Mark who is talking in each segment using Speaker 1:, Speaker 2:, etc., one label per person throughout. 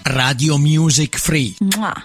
Speaker 1: Radio Music Free.
Speaker 2: Mua.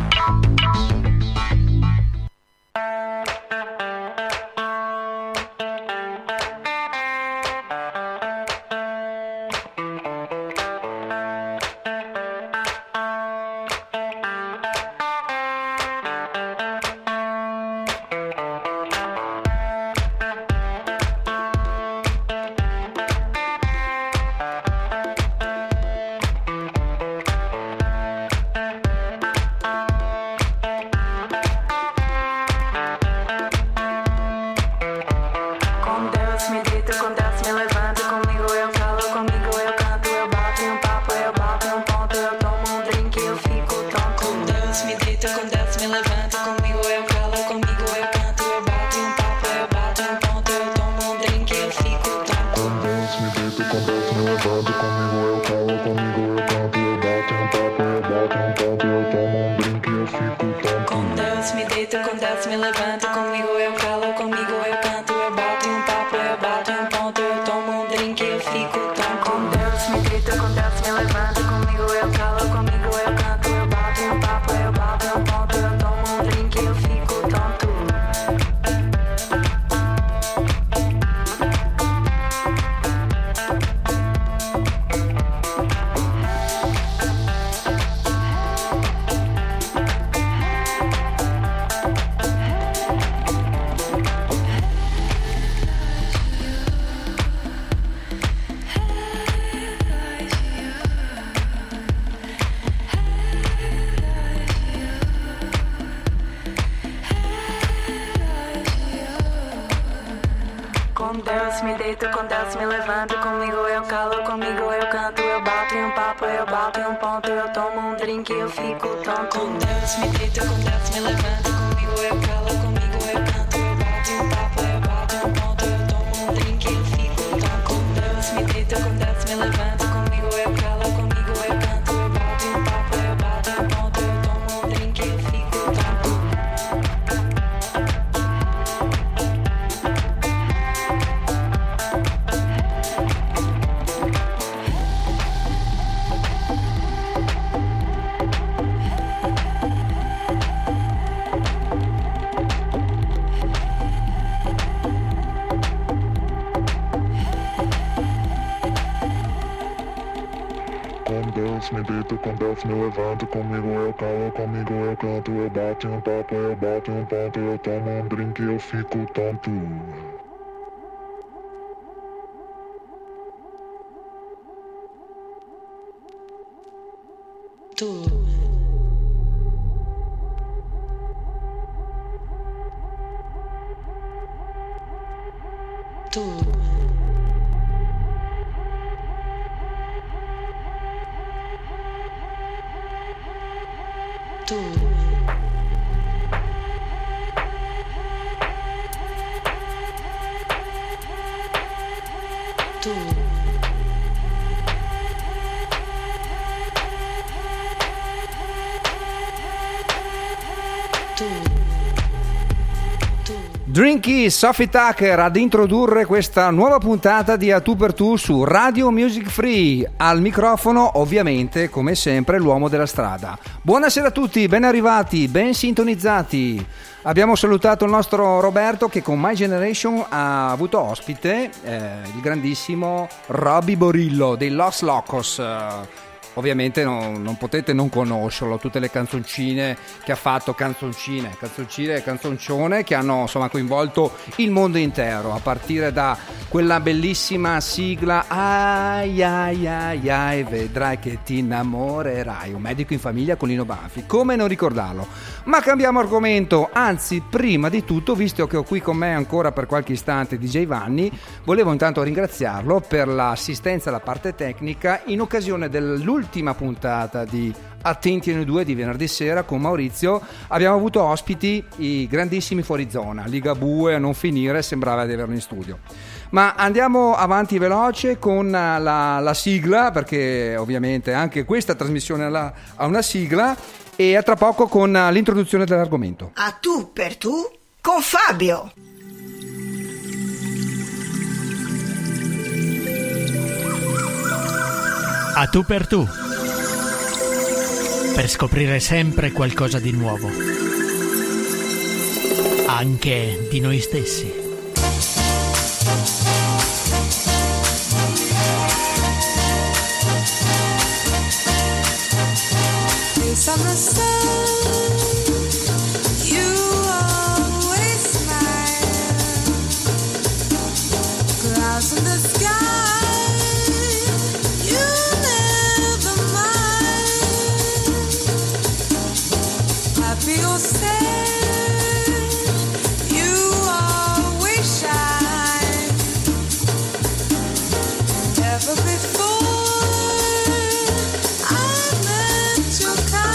Speaker 3: Me deito com Deus, me levanto, comigo eu calo, comigo eu canto, eu bato um papo, eu bato um ponto, eu tomo um drink e eu fico tonto.
Speaker 4: Tu.
Speaker 5: Drinky Sophie Tucker ad introdurre questa nuova puntata di A Tu per Tu su Radio Music Free. Al microfono, ovviamente, come sempre, l'uomo della strada. Buonasera a tutti, ben arrivati, ben sintonizzati. Abbiamo salutato il nostro Roberto che con My Generation ha avuto ospite il grandissimo Robbie Borillo dei Los Locos. Ovviamente non potete non conoscerlo, tutte le canzoncine che ha fatto, canzoncine e canzoncione che hanno insomma coinvolto il mondo intero, a partire da quella bellissima sigla ai ai ai ai, vedrai che ti innamorerai, Un medico in famiglia con Lino Banfi, come non ricordarlo. Ma cambiamo argomento, anzi prima di tutto, visto che ho qui con me ancora per qualche istante DJ Vanni, volevo intanto ringraziarlo per l'assistenza alla parte tecnica in occasione dell'ultima puntata di Attenti N2 di venerdì sera. Con Maurizio abbiamo avuto ospiti i grandissimi Fuorizona, Ligabue a non finire, sembrava di averlo in studio. Ma andiamo avanti veloce con la sigla, perché ovviamente anche questa trasmissione ha una sigla, e a tra poco con l'introduzione dell'argomento.
Speaker 6: A tu per tu con Fabio.
Speaker 1: A tu per tu. per scoprire sempre qualcosa di nuovo, anche di noi stessi.
Speaker 2: Summer sun, you always smile. Clouds in the sky, you never mind. Happy or sad, you always shine. Never before I met your kind.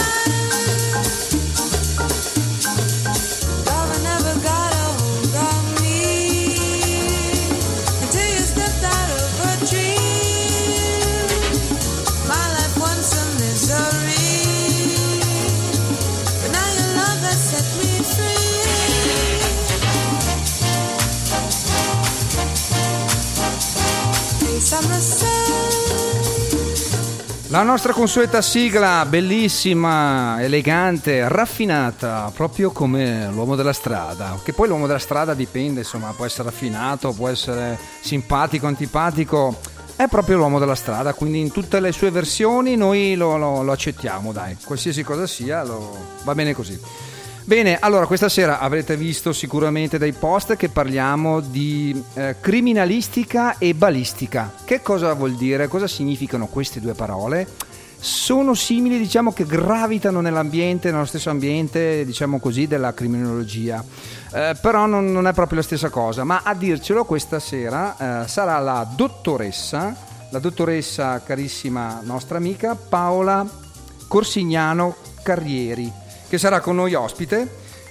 Speaker 5: La nostra consueta sigla, bellissima, elegante, raffinata, proprio come l'uomo della strada. Che poi l'uomo della strada dipende, insomma, può essere raffinato, può essere simpatico, antipatico. È proprio l'uomo della strada, quindi in tutte le sue versioni noi lo accettiamo, dai. Qualsiasi cosa sia, va bene così. Bene, allora questa sera avrete visto sicuramente dai post che parliamo di criminalistica e balistica. Che cosa vuol dire? Cosa significano queste due parole? Sono simili, diciamo che gravitano nell'ambiente, nello stesso ambiente, diciamo così, della criminologia. Però non è proprio la stessa cosa, ma a dircelo questa sera sarà la dottoressa carissima nostra amica Paola Corsignano Carrieri, che sarà con noi ospite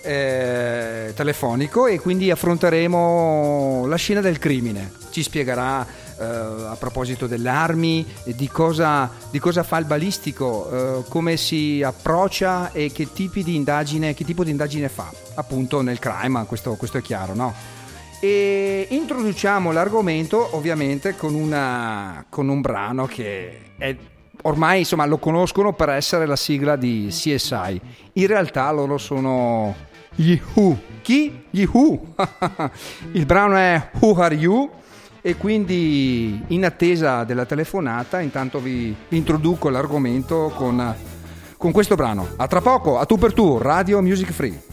Speaker 5: telefonico, e quindi affronteremo la scena del crimine. Ci spiegherà a proposito delle armi, di cosa fa il balistico, come si approccia e che tipo di indagine fa appunto nel crime. Questo è chiaro, no? E introduciamo l'argomento ovviamente con un brano che è ormai, insomma, lo conoscono per essere la sigla di CSI. In realtà loro sono gli Who. Chi? Gli Who. Il brano è Who Are You? E quindi, in attesa della telefonata, intanto vi introduco l'argomento con questo brano. A tra poco, a tu per tu, Radio Music Free.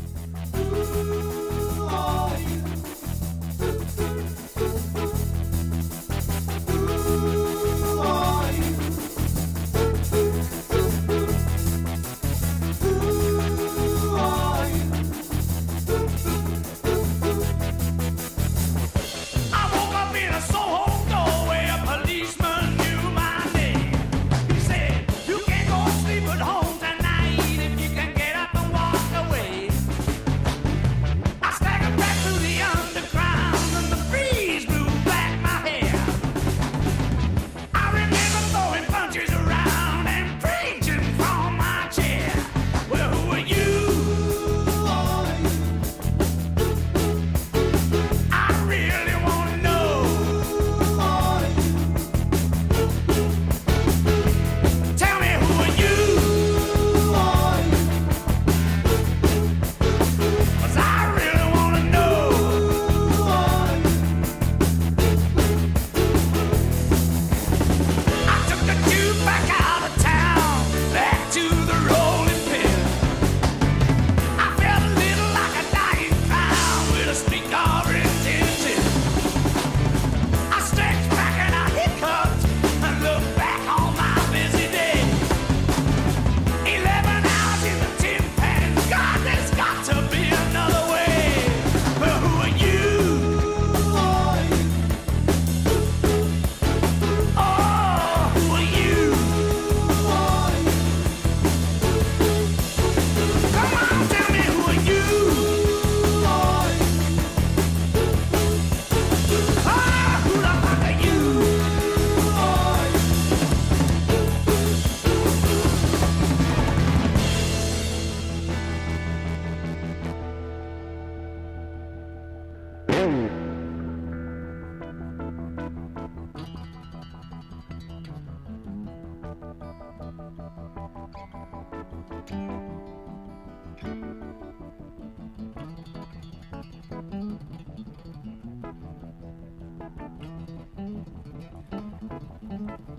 Speaker 4: Sleep at home tonight if you can get up and walk away.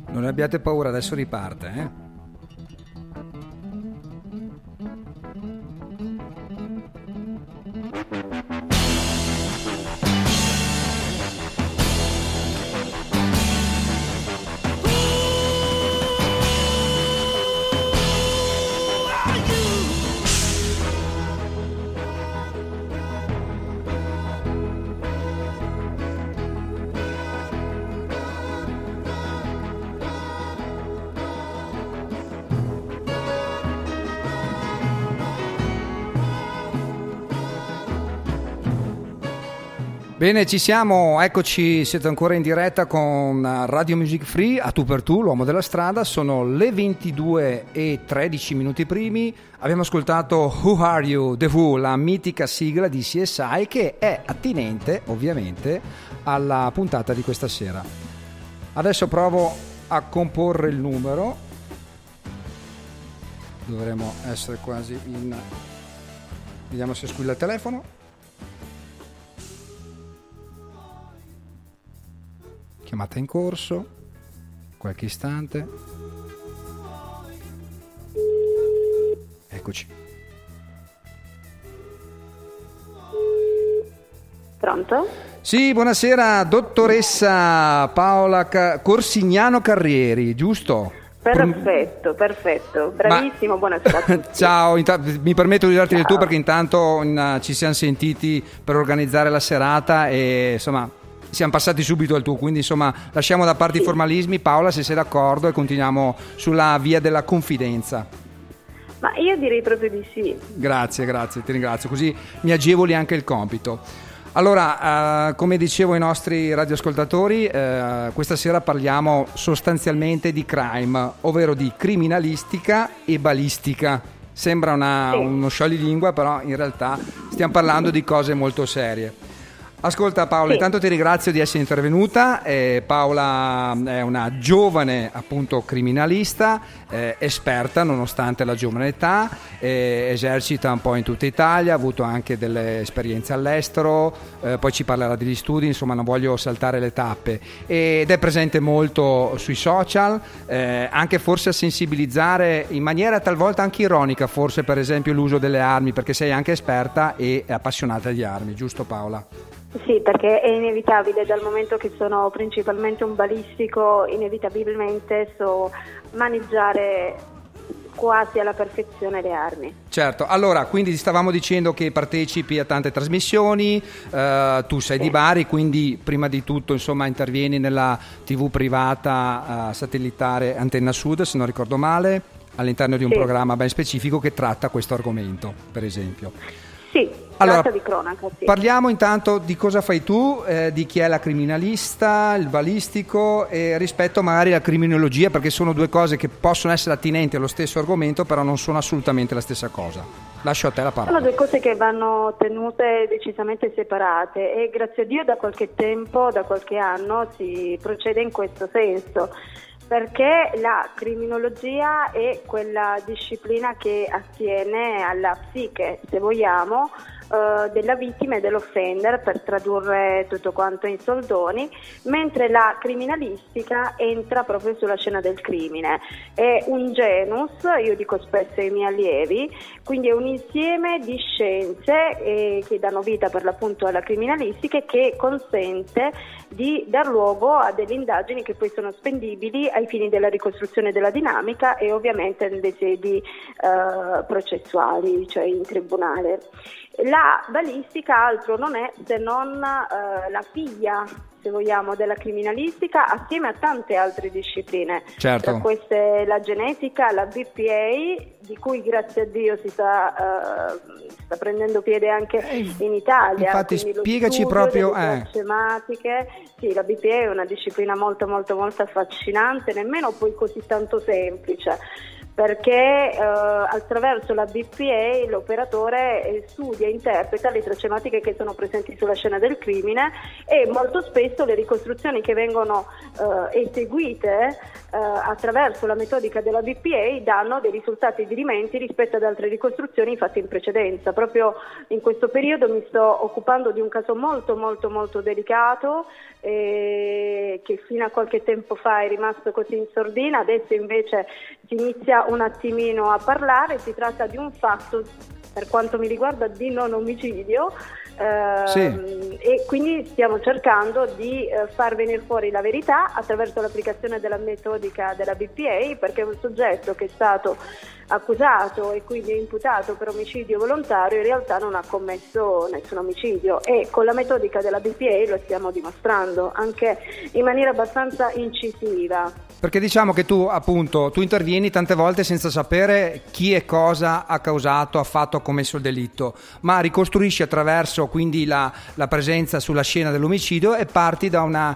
Speaker 5: Non ne abbiate paura, adesso riparte, eh? Bene, ci siamo, eccoci, siete ancora in diretta con Radio Music Free, a tu per tu, l'uomo della strada, sono le 22:13 primi, abbiamo ascoltato Who Are You, The Who, la mitica sigla di CSI che è attinente ovviamente alla puntata di questa sera. Adesso provo a comporre il numero, dovremmo essere quasi in... vediamo se squilla il telefono. Chiamata in corso, qualche istante. Eccoci.
Speaker 4: Pronto?
Speaker 5: Sì, buonasera, dottoressa Paola Corsignano Carrieri, giusto?
Speaker 4: Perfetto, bravissimo, buonasera a tutti.
Speaker 5: Ciao, mi permetto di darti il tu perché intanto ci siamo sentiti per organizzare la serata e insomma... siamo passati subito al tu, quindi insomma lasciamo da parte i formalismi, Paola, se sei d'accordo, e continuiamo sulla via della confidenza.
Speaker 4: Ma io direi proprio di sì.
Speaker 5: Grazie, ti ringrazio, così mi agevoli anche il compito. Allora, come dicevo ai nostri radioascoltatori, questa sera parliamo sostanzialmente di crime, ovvero di criminalistica e balistica. Sembra uno scioglilingua, però in realtà stiamo parlando di cose molto serie. Ascolta Paola, intanto ti ringrazio di essere intervenuta. Paola è una giovane appunto criminalista, esperta nonostante la giovane età, esercita un po' in tutta Italia, ha avuto anche delle esperienze all'estero, poi ci parlerà degli studi, insomma non voglio saltare le tappe, ed è presente molto sui social, anche forse a sensibilizzare in maniera talvolta anche ironica, forse per esempio l'uso delle armi, perché sei anche esperta e appassionata di armi, giusto Paola?
Speaker 4: Sì, perché è inevitabile, dal momento che sono principalmente un balistico, inevitabilmente so maneggiare quasi alla perfezione le armi.
Speaker 5: Certo, allora quindi stavamo dicendo che partecipi a tante trasmissioni, tu sei di Bari, quindi prima di tutto insomma intervieni nella TV privata satellitare Antenna Sud, se non ricordo male, all'interno di un programma ben specifico che tratta questo argomento, per esempio.
Speaker 4: Sì,
Speaker 5: allora,
Speaker 4: tratta di cronaca, sì.
Speaker 5: Parliamo intanto di cosa fai tu, di chi è la criminalista, il balistico e rispetto magari alla criminologia, perché sono due cose che possono essere attinenti allo stesso argomento, però non sono assolutamente la stessa cosa. Lascio a te la parola.
Speaker 4: Sono due cose che vanno tenute decisamente separate e grazie a Dio da qualche tempo, da qualche anno si procede in questo senso. Perché la criminologia è quella disciplina che attiene alla psiche, se vogliamo, della vittima e dell'offender, per tradurre tutto quanto in soldoni, mentre la criminalistica entra proprio sulla scena del crimine. È un genus, io dico spesso ai miei allievi, quindi è un insieme di scienze che danno vita per l'appunto alla criminalistica e che consente di dar luogo a delle indagini che poi sono spendibili ai fini della ricostruzione della dinamica e ovviamente nelle sedi processuali, cioè in tribunale. La balistica altro non è se non la figlia, se vogliamo, della criminalistica assieme a tante altre discipline.
Speaker 5: Certo.
Speaker 4: Tra queste la genetica, la BPA, di cui grazie a Dio si sta prendendo piede anche in Italia.
Speaker 5: Infatti spiegaci proprio
Speaker 4: tematiche. Sì, la BPA è una disciplina molto molto molto affascinante, nemmeno poi così tanto semplice, perché attraverso la BPA l'operatore studia e interpreta le tracematiche che sono presenti sulla scena del crimine e molto spesso le ricostruzioni che vengono eseguite attraverso la metodica della BPA danno dei risultati dirimenti rispetto ad altre ricostruzioni fatte in precedenza. Proprio in questo periodo mi sto occupando di un caso molto molto molto delicato che fino a qualche tempo fa è rimasto così in sordina, adesso invece si inizia un attimino a parlare. Si tratta di un fatto, per quanto mi riguarda, di non omicidio, e quindi stiamo cercando di far venire fuori la verità attraverso l'applicazione della metodica della BPA, perché un soggetto che è stato accusato e quindi imputato per omicidio volontario in realtà non ha commesso nessun omicidio, e con la metodica della BPA lo stiamo dimostrando anche in maniera abbastanza incisiva.
Speaker 5: Perché diciamo che tu intervieni tante volte senza sapere chi e cosa ha causato, ha fatto, ha commesso il delitto, ma ricostruisci attraverso quindi la presenza sulla scena dell'omicidio e parti dal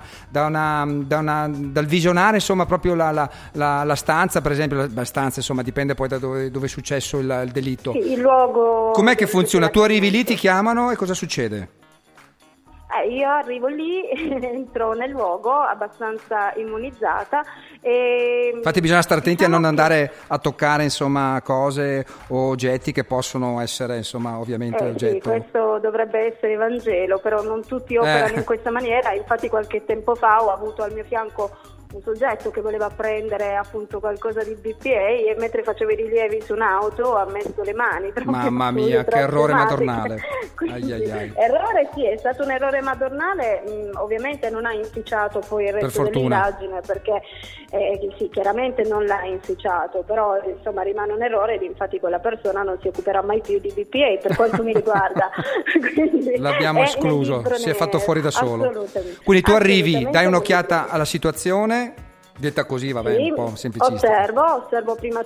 Speaker 5: visionare, insomma, proprio la stanza, per esempio la stanza, insomma, dipende poi da dove è successo il delitto.
Speaker 4: Sì, il luogo.
Speaker 5: Com'è che funziona? Tu arrivi lì, ti chiamano e cosa succede?
Speaker 4: Io arrivo lì, entro nel luogo abbastanza immunizzata e...
Speaker 5: Infatti bisogna stare attenti a non andare a toccare, insomma, cose o oggetti che possono essere, insomma, ovviamente oggetto.
Speaker 4: Sì, questo dovrebbe essere Vangelo, però non tutti operano in questa maniera. Infatti qualche tempo fa ho avuto al mio fianco un soggetto che voleva prendere appunto qualcosa di BPA e mentre facevo i rilievi su un'auto ha messo le mani.
Speaker 5: Mamma mia, che errore madornale.
Speaker 4: Errore, sì, è stato un errore madornale, ovviamente non ha inficiato poi il resto dell'indagine, perché sì, chiaramente non l'ha inficiato, però insomma rimane un errore ed infatti quella persona non si occuperà mai più di BPA per quanto mi riguarda. Quindi
Speaker 5: l'abbiamo escluso, si è fatto fuori da solo. Quindi tu arrivi, dai un'occhiata alla situazione, detta così, vabbè,
Speaker 4: sì,
Speaker 5: un po' semplicista.
Speaker 4: Osservo prima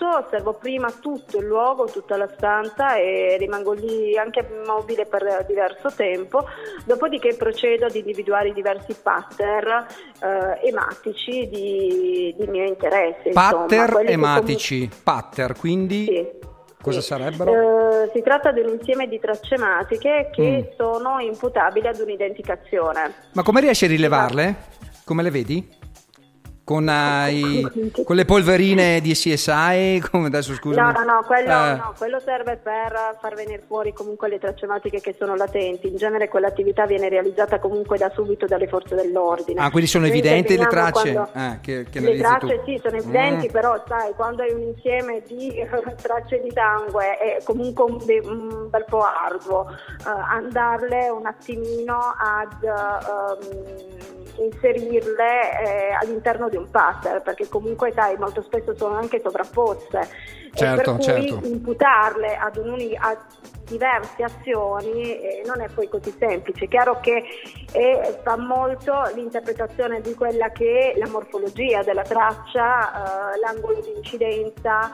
Speaker 4: tutto il luogo, tutta la stanza, e rimango lì anche immobile per diverso tempo, dopodiché procedo ad individuare i diversi pattern ematici di mio interesse.
Speaker 5: Pattern ematici, pattern, quindi...
Speaker 4: Sì.
Speaker 5: Cosa sarebbero?
Speaker 4: Si tratta di un insieme di tracce ematiche che sono imputabili ad un'identificazione.
Speaker 5: Ma come riesci a rilevarle? Come le vedi? Con le polverine di CSI? Come adesso, scusami.
Speaker 4: No, quello serve per far venire fuori comunque le tracce ematiche che sono latenti. In genere quell'attività viene realizzata comunque da subito dalle forze dell'ordine.
Speaker 5: Ah, quindi sono evidenti le tracce?
Speaker 4: Le tracce sì, sono evidenti, però sai, quando hai un insieme di tracce di sangue è comunque un bel po' arduo andarle un attimino ad inserirle all'interno di un pattern, perché comunque sai, molto spesso sono anche sovrapposte,
Speaker 5: certo,
Speaker 4: e per cui imputarle a diverse azioni non è poi così semplice. Chiaro che fa molto l'interpretazione di quella che è la morfologia della traccia, l'angolo di incidenza,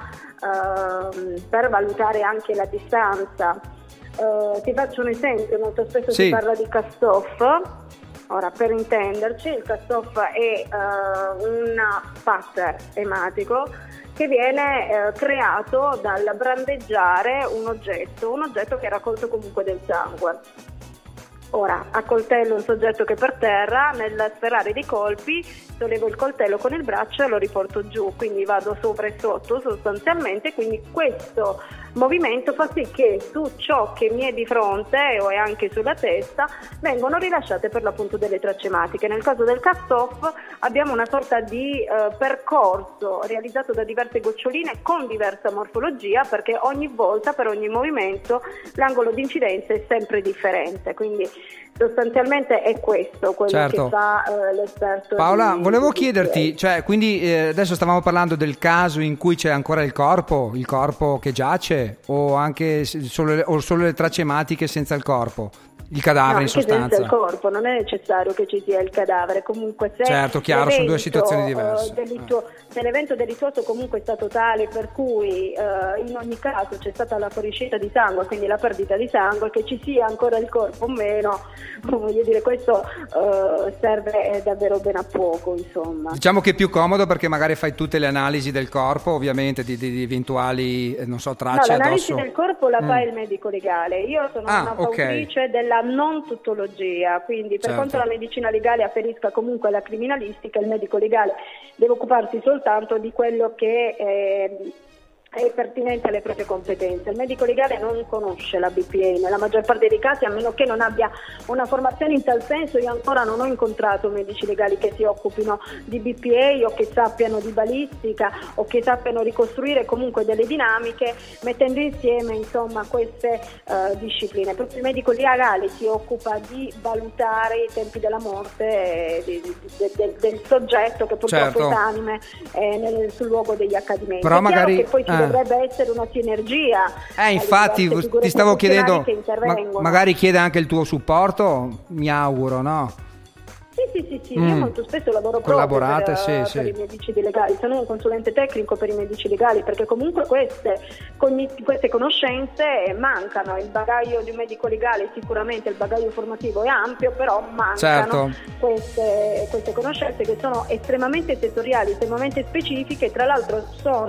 Speaker 4: per valutare anche la distanza. Ti faccio un esempio: molto spesso si parla di cast-off. Ora, per intenderci, il cast-off è un pattern ematico che viene creato dal brandeggiare un oggetto che ha raccolto comunque del sangue. Ora, accoltello un soggetto che è per terra, nel sferrare dei colpi sollevo il coltello con il braccio e lo riporto giù, quindi vado sopra e sotto sostanzialmente, quindi questo movimento fa sì che su ciò che mi è di fronte o è anche sulla testa vengono rilasciate per l'appunto delle tracce ematiche. Nel caso del cast-off abbiamo una sorta di percorso realizzato da diverse goccioline con diversa morfologia, perché ogni volta, per ogni movimento, l'angolo di incidenza è sempre differente, quindi sostanzialmente è questo quello che fa l'esperto.
Speaker 5: Paola, volevo chiederti, cioè, quindi adesso stavamo parlando del caso in cui c'è ancora il corpo che giace, o anche solo le tracce ematiche senza il corpo? Il cadavere, in sostanza.
Speaker 4: Senza il corpo non è necessario che ci sia il cadavere, comunque se
Speaker 5: certo, chiaro, sono due situazioni diverse.
Speaker 4: Se l'evento delittuoso comunque è stato tale per cui in ogni caso c'è stata la fuoriuscita di sangue, quindi la perdita di sangue, che ci sia ancora il corpo o meno, voglio dire, questo serve davvero ben a poco, insomma.
Speaker 5: Diciamo che è più comodo perché magari fai tutte le analisi del corpo, ovviamente di eventuali, non so, tracce
Speaker 4: l'analisi
Speaker 5: addosso.
Speaker 4: del corpo la fa il medico legale. Io sono una fautrice della non tutologia, quindi per quanto la medicina legale afferisca comunque alla criminalistica, il medico legale deve occuparsi soltanto di quello che è pertinente alle proprie competenze. Il medico legale non conosce la BPA nella maggior parte dei casi, a meno che non abbia una formazione in tal senso. Io ancora non ho incontrato medici legali che si occupino di BPA o che sappiano di balistica o che sappiano ricostruire comunque delle dinamiche mettendo insieme insomma queste discipline. Proprio il medico legale si occupa di valutare i tempi della morte del soggetto che purtroppo è anime sul luogo degli accadimenti.
Speaker 5: Però
Speaker 4: è
Speaker 5: magari
Speaker 4: che poi ci dovrebbe essere una sinergia.
Speaker 5: Infatti ti stavo chiedendo, magari chiede anche il tuo supporto, mi auguro, no?
Speaker 4: Sì, io molto spesso lavoro proprio per i medici legali, sono un consulente tecnico per i medici legali, perché comunque queste conoscenze mancano. Il bagaglio di un medico legale, sicuramente il bagaglio formativo è ampio, però mancano queste conoscenze che sono estremamente settoriali, estremamente specifiche. Tra l'altro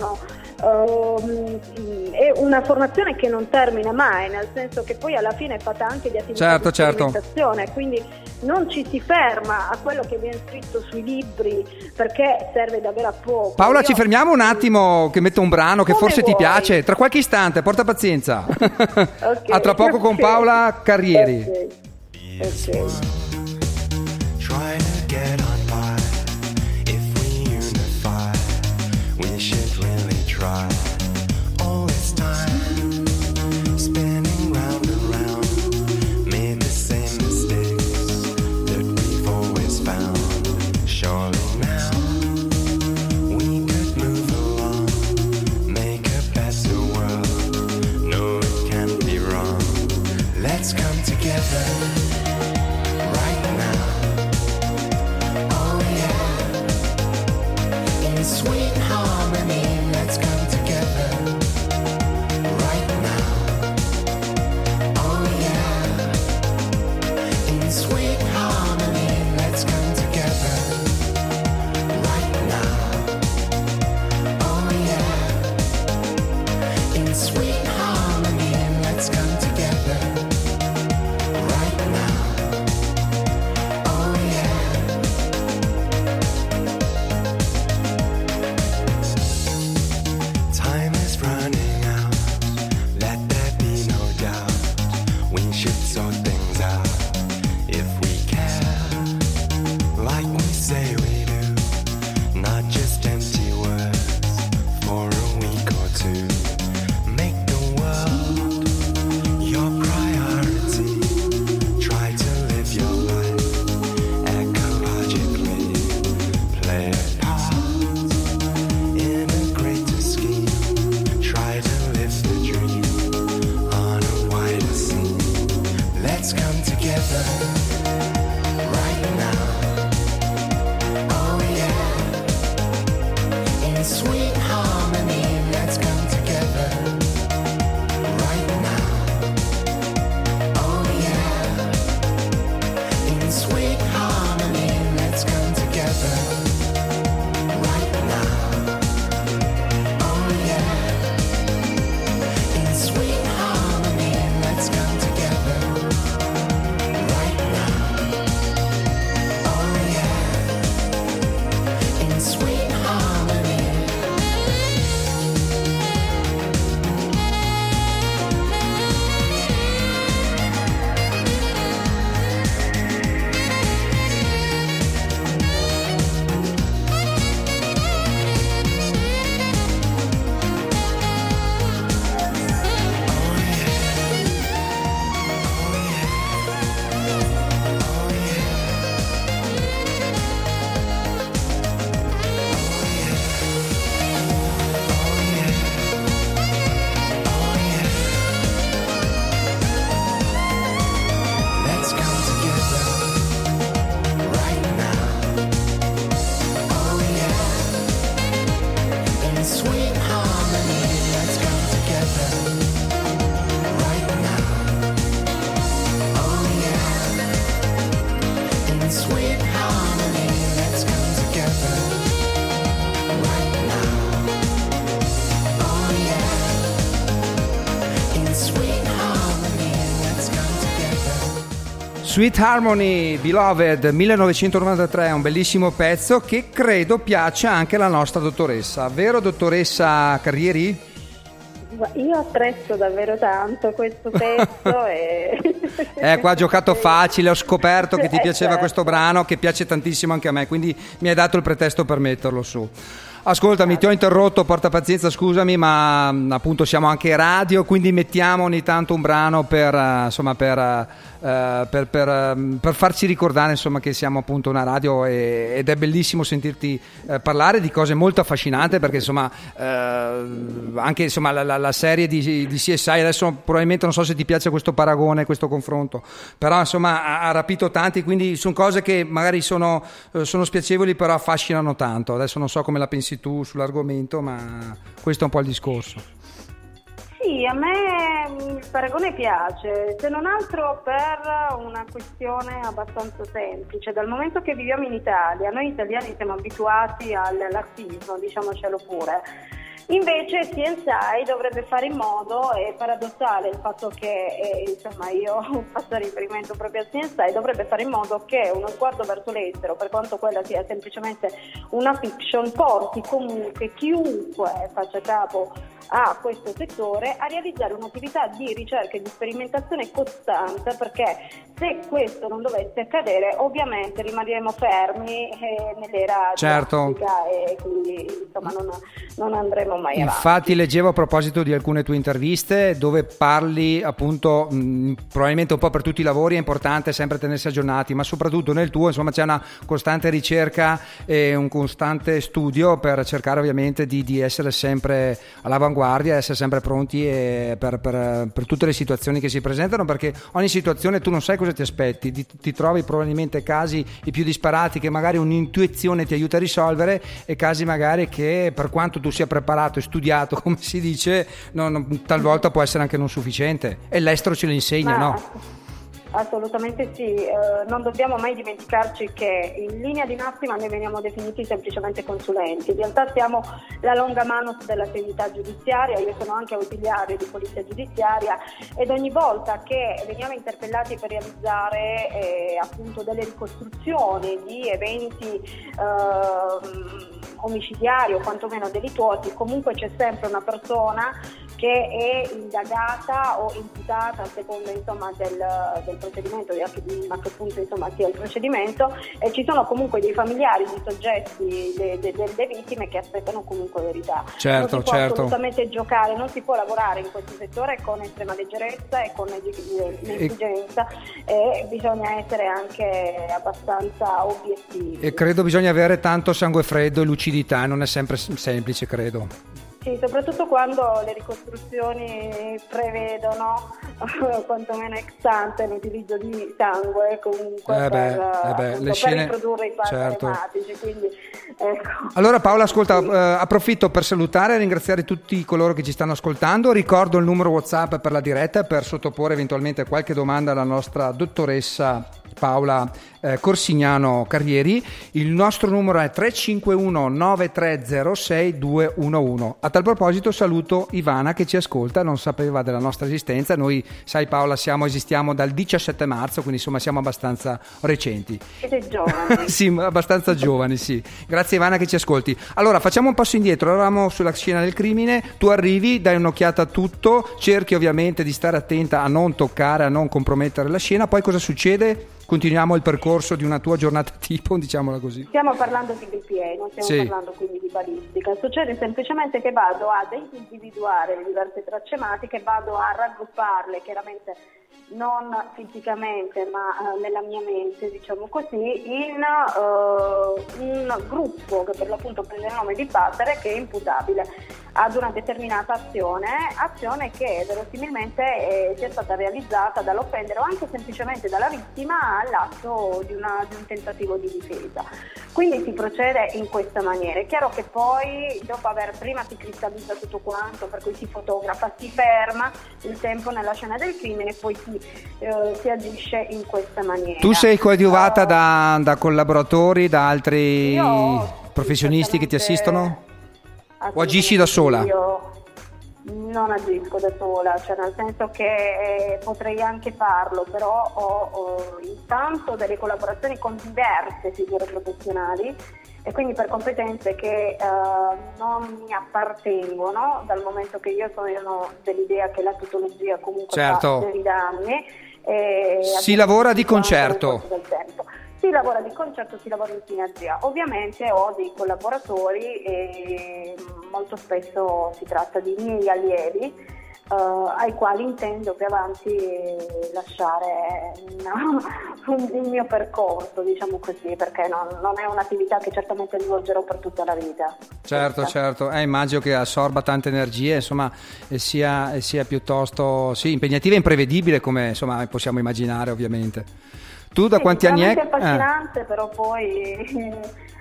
Speaker 4: è una formazione che non termina mai, nel senso che poi alla fine è fatta anche di attività di sperimentazione, quindi non ci si ferma a quello che viene scritto sui libri, perché serve davvero a poco.
Speaker 5: Ci fermiamo un attimo che metto un brano che forse ti piace, tra qualche istante, porta pazienza. A tra poco con Paola Carrieri.
Speaker 4: Okay.
Speaker 7: Try to get on by. If we unify, we should really try. All this time, spinning round and round, made the same mistakes that we've always found. Surely now, we could move along, make a better world. No, it can't be wrong. Let's come together. Sweet harmony, let's come together right now. Oh yeah. In sweet harmony, let's come together right now. Oh yeah. In sweet harmony, let's come together right now. Oh yeah. Running out, let there be no doubt. We should sort things out if we care, like we say we do. Not just empty words for a week or two. Make the world your priority. Try to live your life ecologically. Play a part in a greater scheme. Try to live the dream on a wider scene. Let's come together right now. Oh yeah. In sweet harmony, let's come together right now. Oh yeah. In sweet harmony, let's come together right now. Oh yeah. Sweet harmony, let's come together right now. Oh yeah. In sweet harmony. Let's come together right now. Oh yeah. In sweet harmony, let's come together right now. Oh yeah. In sweet harmony, let's come together right now. Oh yeah. In sweet harmony, let's come together.
Speaker 5: Sweet Harmony, Beloved, 1993, un bellissimo pezzo che credo piaccia anche alla nostra dottoressa, vero dottoressa Carrieri?
Speaker 4: Io apprezzo davvero tanto questo pezzo e...
Speaker 5: Qua ha giocato facile, ho scoperto che ti piaceva
Speaker 4: certo.
Speaker 5: questo brano, che piace tantissimo anche a me, quindi mi hai dato il pretesto per metterlo su. Ascoltami, ti ho interrotto, porta pazienza, scusami, ma appunto siamo anche radio, quindi mettiamo ogni tanto un brano per farci ricordare, insomma, che siamo appunto una radio ed è bellissimo sentirti parlare di cose molto affascinanti, perché insomma anche insomma la serie di CSI, adesso probabilmente non so se ti piace questo paragone, questo confronto, però insomma ha rapito tanti, quindi sono cose che magari sono spiacevoli, però affascinano tanto. Adesso non so come la pensi tu sull'argomento, ma questo è un po' il discorso.
Speaker 4: Sì, a me il paragone piace, se non altro per una questione abbastanza semplice. Dal momento che viviamo in Italia, noi italiani siamo abituati al lassismo, diciamocelo pure. Invece CSI dovrebbe fare in modo, è paradossale il fatto che insomma io faccio riferimento proprio a CSI, dovrebbe fare in modo che uno sguardo verso l'estero, per quanto quella sia semplicemente una fiction, porti comunque chiunque faccia capo a questo settore a realizzare un'attività di ricerca e di sperimentazione costante, perché se questo non dovesse accadere ovviamente rimarremo fermi nell'era
Speaker 5: certo.
Speaker 4: classica e quindi insomma non andremo mai avanti.
Speaker 5: Infatti leggevo a proposito di alcune tue interviste dove parli appunto probabilmente un po' per tutti i lavori è importante sempre tenersi aggiornati, ma soprattutto nel tuo insomma c'è una costante ricerca e un costante studio per cercare ovviamente di essere sempre all'avanguardia, essere sempre pronti per tutte le situazioni che si presentano, perché ogni situazione tu non sai cosa ti aspetti, ti trovi probabilmente casi i più disparati che magari un'intuizione ti aiuta a risolvere e casi magari che per quanto tu sia preparato e studiato come si dice talvolta può essere anche non sufficiente e l'estero ce lo insegna. No?
Speaker 4: Assolutamente sì, non dobbiamo mai dimenticarci che in linea di massima noi veniamo definiti semplicemente consulenti, in realtà siamo la longa manus dell'attività giudiziaria, io sono anche ausiliario di polizia giudiziaria ed ogni volta che veniamo interpellati per realizzare appunto delle ricostruzioni di eventi omicidiari o quantomeno delittuosi, comunque c'è sempre una persona che è indagata o imputata a seconda insomma del procedimento, a che punto insomma sia il procedimento, e ci sono comunque dei familiari di soggetti delle vittime che aspettano comunque verità.
Speaker 5: Certo,
Speaker 4: non si può assolutamente giocare, non si può lavorare in questo settore con estrema leggerezza e con negligenza e bisogna essere anche abbastanza obiettivi.
Speaker 5: E credo bisogna avere tanto sangue freddo e lucidità, non è sempre semplice, credo.
Speaker 4: Sì, soprattutto quando le ricostruzioni prevedono quantomeno ex ante l'utilizzo di sangue comunque per riprodurre i fatti aromatici, quindi ecco.
Speaker 5: Allora Paola, ascolta, approfitto per salutare e ringraziare tutti coloro che ci stanno ascoltando. Ricordo il numero WhatsApp per la diretta per sottoporre eventualmente qualche domanda alla nostra dottoressa Paola Corsignano Carrieri. Il nostro numero è 351 9306 211. A tal proposito saluto Ivana che ci ascolta, non sapeva della nostra esistenza. Noi, sai Paola, esistiamo dal 17 marzo, quindi insomma siamo abbastanza recenti.
Speaker 4: Siete giovani.
Speaker 5: Sì, abbastanza giovani, sì. Grazie Ivana che ci ascolti. Allora facciamo un passo indietro, eravamo sulla scena del crimine, tu arrivi, dai un'occhiata a tutto, cerchi ovviamente di stare attenta a non toccare, a non compromettere la scena, poi cosa succede? Continuiamo il percorso di una tua giornata tipo, diciamola così.
Speaker 4: Stiamo parlando di BPA, non stiamo parlando quindi di balistica. Succede semplicemente che vado ad individuare le diverse tracce ematiche, vado a raggrupparle, chiaramente non fisicamente ma nella mia mente, diciamo così, in un gruppo che per l'appunto prende il nome di Battere, che è imputabile ad una determinata azione che verosimilmente sia stata realizzata dall'offendere o anche semplicemente dalla vittima all'atto di un tentativo di difesa. Quindi si procede in questa maniera. È chiaro che poi dopo aver prima si cristallizza tutto quanto, per cui si fotografa, si ferma il tempo nella scena del crimine e poi si agisce in questa maniera.
Speaker 5: Tu sei coadiuvata da collaboratori, da altri professionisti che ti assistono? O agisci da sola?
Speaker 4: non agisco da sola, cioè nel senso che potrei anche farlo, però ho intanto delle collaborazioni con diverse figure professionali e quindi per competenze che non mi appartengono, dal momento che io sono dell'idea che la tutologia comunque
Speaker 5: Certo.
Speaker 4: fa dei danni.
Speaker 5: Si lavora di concerto.
Speaker 4: Si lavora di concerto, si lavora in sinergia. Ovviamente ho dei collaboratori e molto spesso si tratta di miei allievi ai quali intendo più avanti lasciare il mio percorso, diciamo così, perché non è un'attività che certamente svolgerò per tutta la vita.
Speaker 5: Certo, certo. Immagino che assorba tante energie, insomma, e sia piuttosto impegnativa e imprevedibile, come insomma possiamo immaginare, ovviamente. Tu da quanti anni è?
Speaker 4: È affascinante, però poi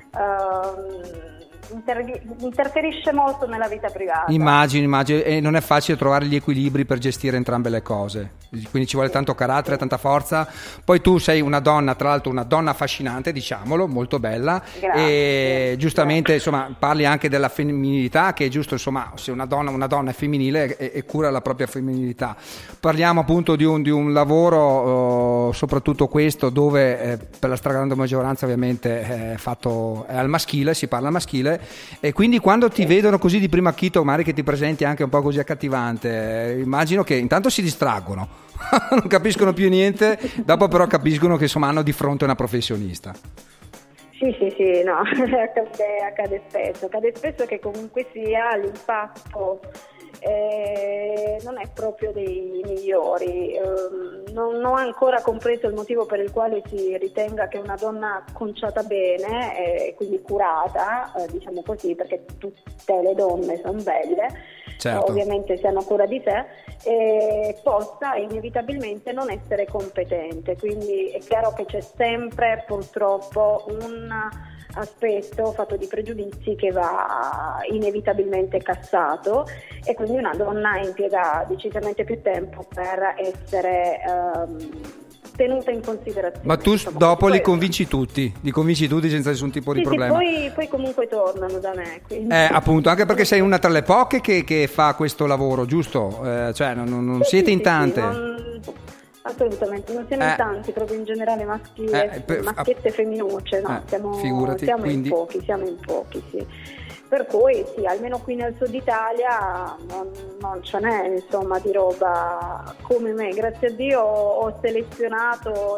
Speaker 4: interferisce molto nella vita privata.
Speaker 5: Immagino, e non è facile trovare gli equilibri per gestire entrambe le cose, quindi ci vuole tanto carattere, tanta forza. Poi tu sei una donna, tra l'altro una donna affascinante, diciamolo, molto bella.
Speaker 4: Grazie.
Speaker 5: E giustamente insomma parli anche della femminilità, che è giusto, insomma, se una donna è femminile e cura la propria femminilità. Parliamo appunto di un lavoro, soprattutto questo, dove per la stragrande maggioranza ovviamente è al maschile, si parla al maschile. E quindi quando ti vedono così di primo acchito, magari che ti presenti anche un po' così accattivante, immagino che intanto si distraggono, non capiscono più niente, dopo però capiscono che insomma hanno di fronte una professionista.
Speaker 4: Sì, no, accade spesso che comunque sia l'impatto non è proprio dei migliori. Non ho ancora compreso il motivo per il quale si ritenga che una donna conciata bene e quindi curata, diciamo così, perché tutte le donne sono belle,
Speaker 5: certo.
Speaker 4: Ovviamente si hanno cura di sé, possa inevitabilmente non essere competente. Quindi è chiaro che c'è sempre purtroppo un aspetto fatto di pregiudizi che va inevitabilmente cassato, e quindi una donna impiega decisamente più tempo per essere tenuta in considerazione.
Speaker 5: Ma tu dopo li convinci tutti senza nessun tipo di problema.
Speaker 4: Poi comunque tornano da me. Quindi.
Speaker 5: Appunto, anche perché sei una tra le poche che fa questo lavoro, giusto? Cioè non siete in tante.
Speaker 4: Assolutamente, non siamo in tanti, proprio in generale maschiette e femminucce, no, siamo in pochi, sì. Per cui sì, almeno qui nel sud Italia non ce n'è insomma di roba come me. Grazie a Dio ho selezionato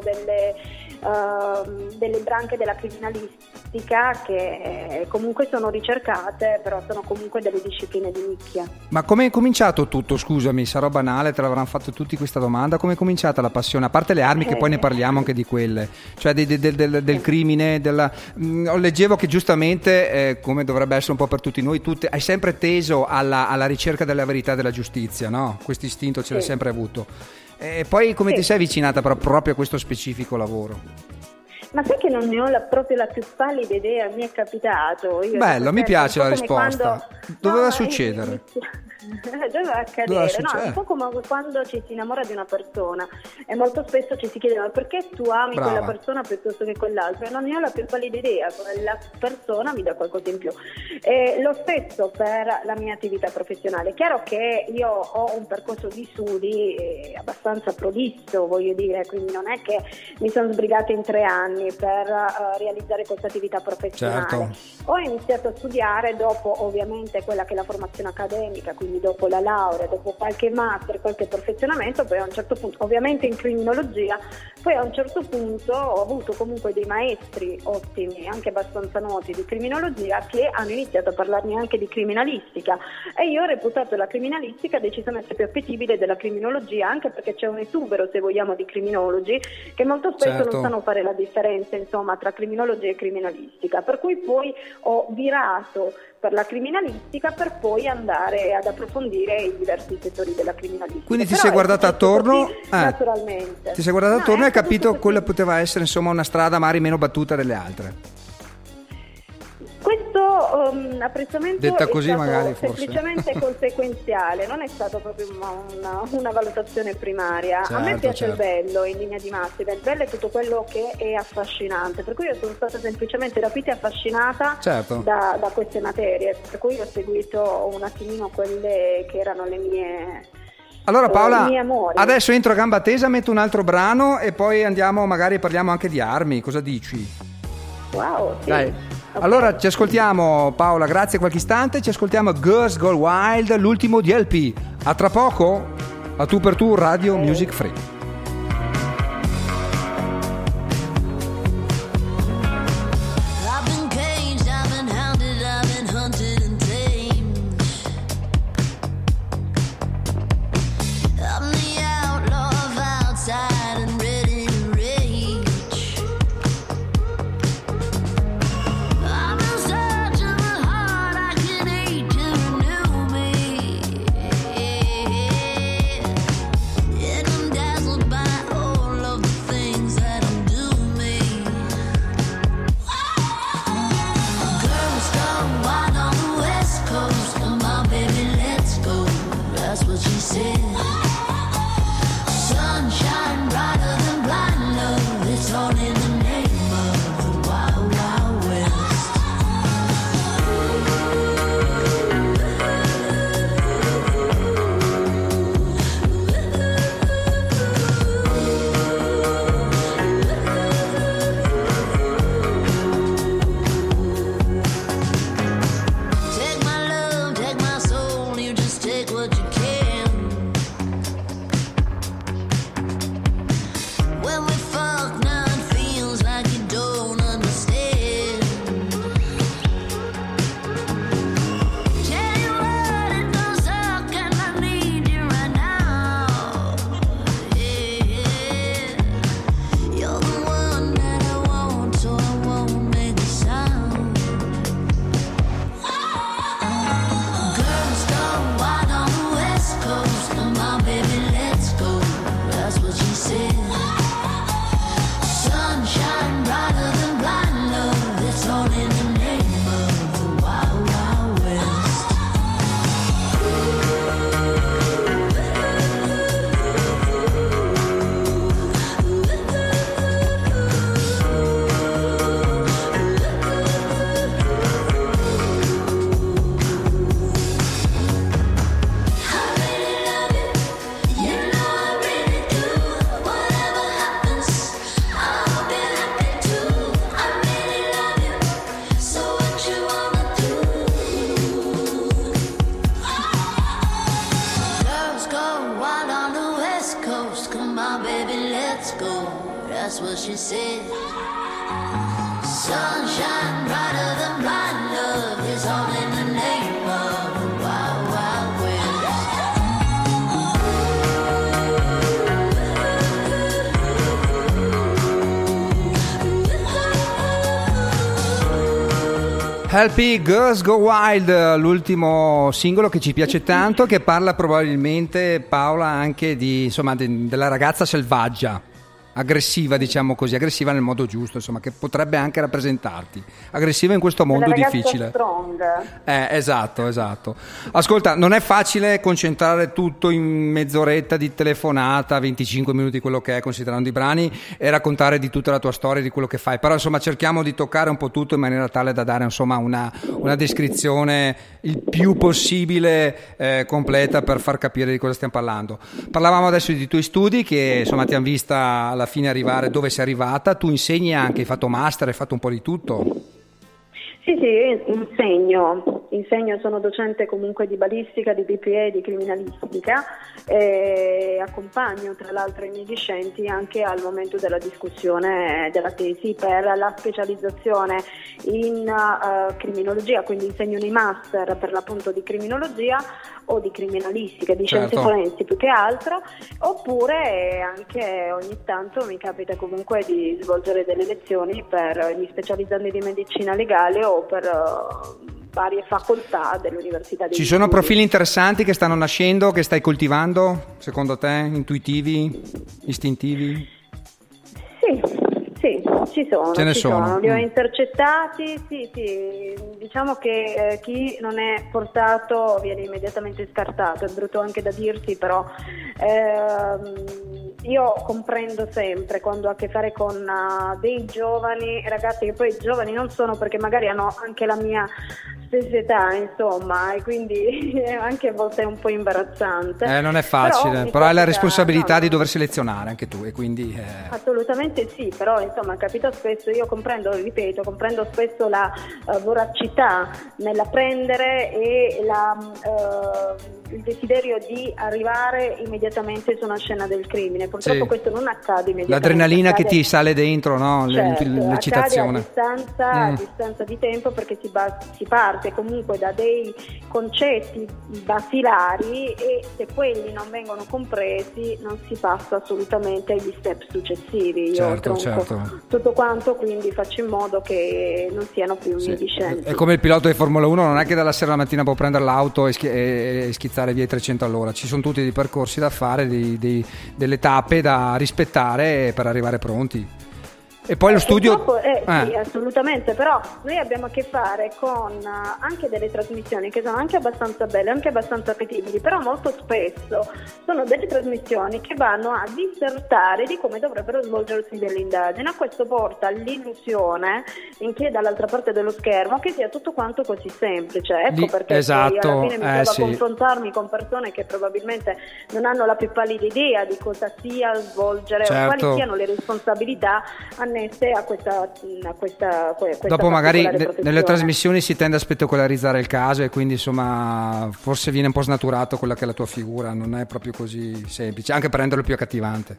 Speaker 4: delle branche della criminalistica che comunque sono ricercate, però sono comunque delle discipline di nicchia.
Speaker 5: Ma come è cominciato tutto? Scusami, sarò banale, te l'avranno fatto tutti questa domanda. Come è cominciata la passione? A parte le armi, che poi ne parliamo anche di quelle, cioè del crimine, leggevo che giustamente, come dovrebbe essere un po' per tutti noi, hai sempre teso alla ricerca della verità e della giustizia, no? Questo istinto ce l'hai sempre avuto. E poi come ti sei avvicinata proprio a questo specifico lavoro?
Speaker 4: Ma sai che non ne ho proprio la più pallida idea, mi è capitato.
Speaker 5: Bello, mi piace la risposta. Doveva succedere.
Speaker 4: Doveva accadere, è un po' come quando ci si innamora di una persona e molto spesso ci si chiede: ma perché tu ami quella persona piuttosto che quell'altra? Non ne ho la più pallida idea, quella persona mi dà qualcosa in più. Lo stesso per la mia attività professionale. È chiaro che io ho un percorso di studi abbastanza prolisso, voglio dire, quindi non è che mi sono sbrigata in 3 anni per realizzare questa attività professionale.
Speaker 5: Certo.
Speaker 4: Ho iniziato a studiare dopo ovviamente quella che è la formazione accademica, quindi dopo la laurea, dopo qualche master, qualche perfezionamento, poi a un certo punto, ovviamente in criminologia, poi a un certo punto ho avuto comunque dei maestri ottimi, anche abbastanza noti di criminologia, che hanno iniziato a parlarmi anche di criminalistica, e io ho reputato la criminalistica decisamente più appetibile della criminologia, anche perché c'è un esubero, se vogliamo, di criminologi che molto spesso non sanno fare la differenza, insomma, tra criminologia e criminalistica, per cui poi ho virato per la criminalistica per poi andare ad approfondire i diversi settori della criminalistica.
Speaker 5: Quindi ti sei guardata attorno,
Speaker 4: naturalmente.
Speaker 5: Ti sei guardata attorno e hai capito quella poteva essere insomma una strada magari meno battuta delle altre.
Speaker 4: Questo apprezzamento
Speaker 5: Detta
Speaker 4: è
Speaker 5: così
Speaker 4: stato
Speaker 5: magari, forse.
Speaker 4: semplicemente conseguenziale, non è stato proprio una valutazione primaria. A me
Speaker 5: Certo,
Speaker 4: piace
Speaker 5: certo.
Speaker 4: il bello in linea di massima, il bello è tutto quello che è affascinante, per cui io sono stata semplicemente rapita e affascinata
Speaker 5: Certo.
Speaker 4: da queste materie, per cui ho seguito un attimino quelle che erano le mie...
Speaker 5: Allora Paola,
Speaker 4: i miei amori.
Speaker 5: adesso entro a gamba tesa, metto un altro brano e poi andiamo, magari parliamo anche di armi, cosa dici?
Speaker 4: Wow, sì.
Speaker 5: Dai.
Speaker 4: Ok.
Speaker 5: Allora ci ascoltiamo, Paola, grazie qualche istante, ci ascoltiamo Girls Go Wild, l'ultimo di LP. A tra poco, a tu per tu, Radio Music Free.
Speaker 2: I've been caged, I've been hounded, I've been hunted and tamed. I'm the outlaw of outside and ready to rage. I'm in search of a heart I can hate to renew me. And I'm dazzled by all of the things that undo me. Girls gone wild on the West Coast. Come on, baby, let's go. That's what she said. Sunshine brighter than blind love. It's all in the name of the Wild Wild West. Take my love, take my soul, you just take what you can. When we fuck now it feels like you don't understand. Tell you what, it don't suck and I need you right now. Yeah. You're the one that I want, so I won't make a sound. Girls gone wild on the West Coast. Come on, baby, let's go. That's what she said. Sunshine brighter than blind love. It's all in the name of the Wild Wild West. I really love you. You know I really do. Whatever happens, I'll be happy too. I really love you. So what you wanna do? Girls go wild on the West Coast. Come on, baby, let's go. That's what she said. Sunshine brighter than blind love is all in the name of the Wild Wild West.
Speaker 5: LP Girls Go Wild, l'ultimo singolo che ci piace tanto, che parla probabilmente, Paola, anche di, insomma, della ragazza selvaggia, aggressiva, diciamo così, aggressiva nel modo giusto, insomma, che potrebbe anche rappresentarti, aggressiva in questo mondo
Speaker 4: Una ragazza
Speaker 5: difficile.
Speaker 4: strong.
Speaker 5: Esatto. Ascolta, non è facile concentrare tutto in mezz'oretta di telefonata, 25 minuti quello che è, considerando i brani, e raccontare di tutta la tua storia, di quello che fai, però insomma cerchiamo di toccare un po' tutto in maniera tale da dare insomma una descrizione il più possibile completa, per far capire di cosa stiamo parlando. Parlavamo adesso di tuoi studi che insomma ti hanno vista alla fine arrivare dove sei arrivata. Tu insegni anche, hai fatto master, hai fatto un po' di tutto.
Speaker 4: Sì, insegno, sono docente comunque di balistica, di BPA, di criminalistica e accompagno tra l'altro i miei discenti anche al momento della discussione della tesi per la specializzazione in criminologia, quindi insegno nei master per l'appunto di criminologia o di criminalistica, di scienze
Speaker 5: Certo.
Speaker 4: forensi più che altro, oppure anche ogni tanto mi capita comunque di svolgere delle lezioni per gli specializzandi di medicina legale o per varie facoltà dell'università dei
Speaker 5: Ci sono
Speaker 4: studi.
Speaker 5: profili interessanti che stanno nascendo, che stai coltivando, secondo te, intuitivi, istintivi?
Speaker 4: Sì, Ci sono,
Speaker 5: Ce ne sono.
Speaker 4: li ho
Speaker 5: Mm.
Speaker 4: intercettati, sì, diciamo che chi non è portato viene immediatamente scartato, è brutto anche da dirsi, però io comprendo sempre quando ho a che fare con dei giovani ragazzi, che poi giovani non sono perché magari hanno anche la mia stessa età, insomma, e quindi anche a volte è un po' imbarazzante.
Speaker 5: Non è facile, però hai la
Speaker 4: capita-
Speaker 5: responsabilità
Speaker 4: no,
Speaker 5: di dover selezionare anche tu, e quindi
Speaker 4: Assolutamente sì, però insomma capita spesso, io comprendo spesso la voracità nell'apprendere e il desiderio di arrivare immediatamente su una scena del crimine. Purtroppo
Speaker 5: Sì.
Speaker 4: questo non accade immediatamente.
Speaker 5: l'adrenalina che
Speaker 4: accade-
Speaker 5: ti sale dentro, no?
Speaker 4: Certo,
Speaker 5: L'eccitazione.
Speaker 4: accade a distanza di tempo, perché si parte comunque da dei concetti basilari e se quelli non vengono compresi non si passa assolutamente agli step successivi. Io
Speaker 5: Certo,
Speaker 4: tronco
Speaker 5: certo.
Speaker 4: tutto quanto, quindi faccio in modo che non siano più
Speaker 5: Sì.
Speaker 4: indiscenti.
Speaker 5: È come il pilota di Formula 1, non è che dalla sera alla mattina può prendere l'auto e schizzare via i 300 all'ora, ci sono tutti dei percorsi da fare, delle tappe da rispettare per arrivare pronti. E poi lo studio...
Speaker 4: Purtroppo, sì, assolutamente, però noi abbiamo a che fare con anche delle trasmissioni che sono anche abbastanza belle, anche abbastanza appetibili, però molto spesso sono delle trasmissioni che vanno a dissertare di come dovrebbero svolgersi delle indagini. A questo porta l'illusione in chi è dall'altra parte dello schermo che sia tutto quanto così semplice. Ecco perché
Speaker 5: Esatto,
Speaker 4: poi alla fine mi trovo a
Speaker 5: sì.
Speaker 4: confrontarmi con persone che probabilmente non hanno la più pallida idea di cosa sia svolgere o
Speaker 5: Certo.
Speaker 4: quali siano le responsabilità annesse a questa
Speaker 5: Dopo magari
Speaker 4: particolare
Speaker 5: nelle
Speaker 4: professione.
Speaker 5: trasmissioni si tende a spettacolarizzare il caso e quindi insomma forse viene un po' snaturato quella che è la tua figura, non è proprio così semplice, anche per renderlo più accattivante.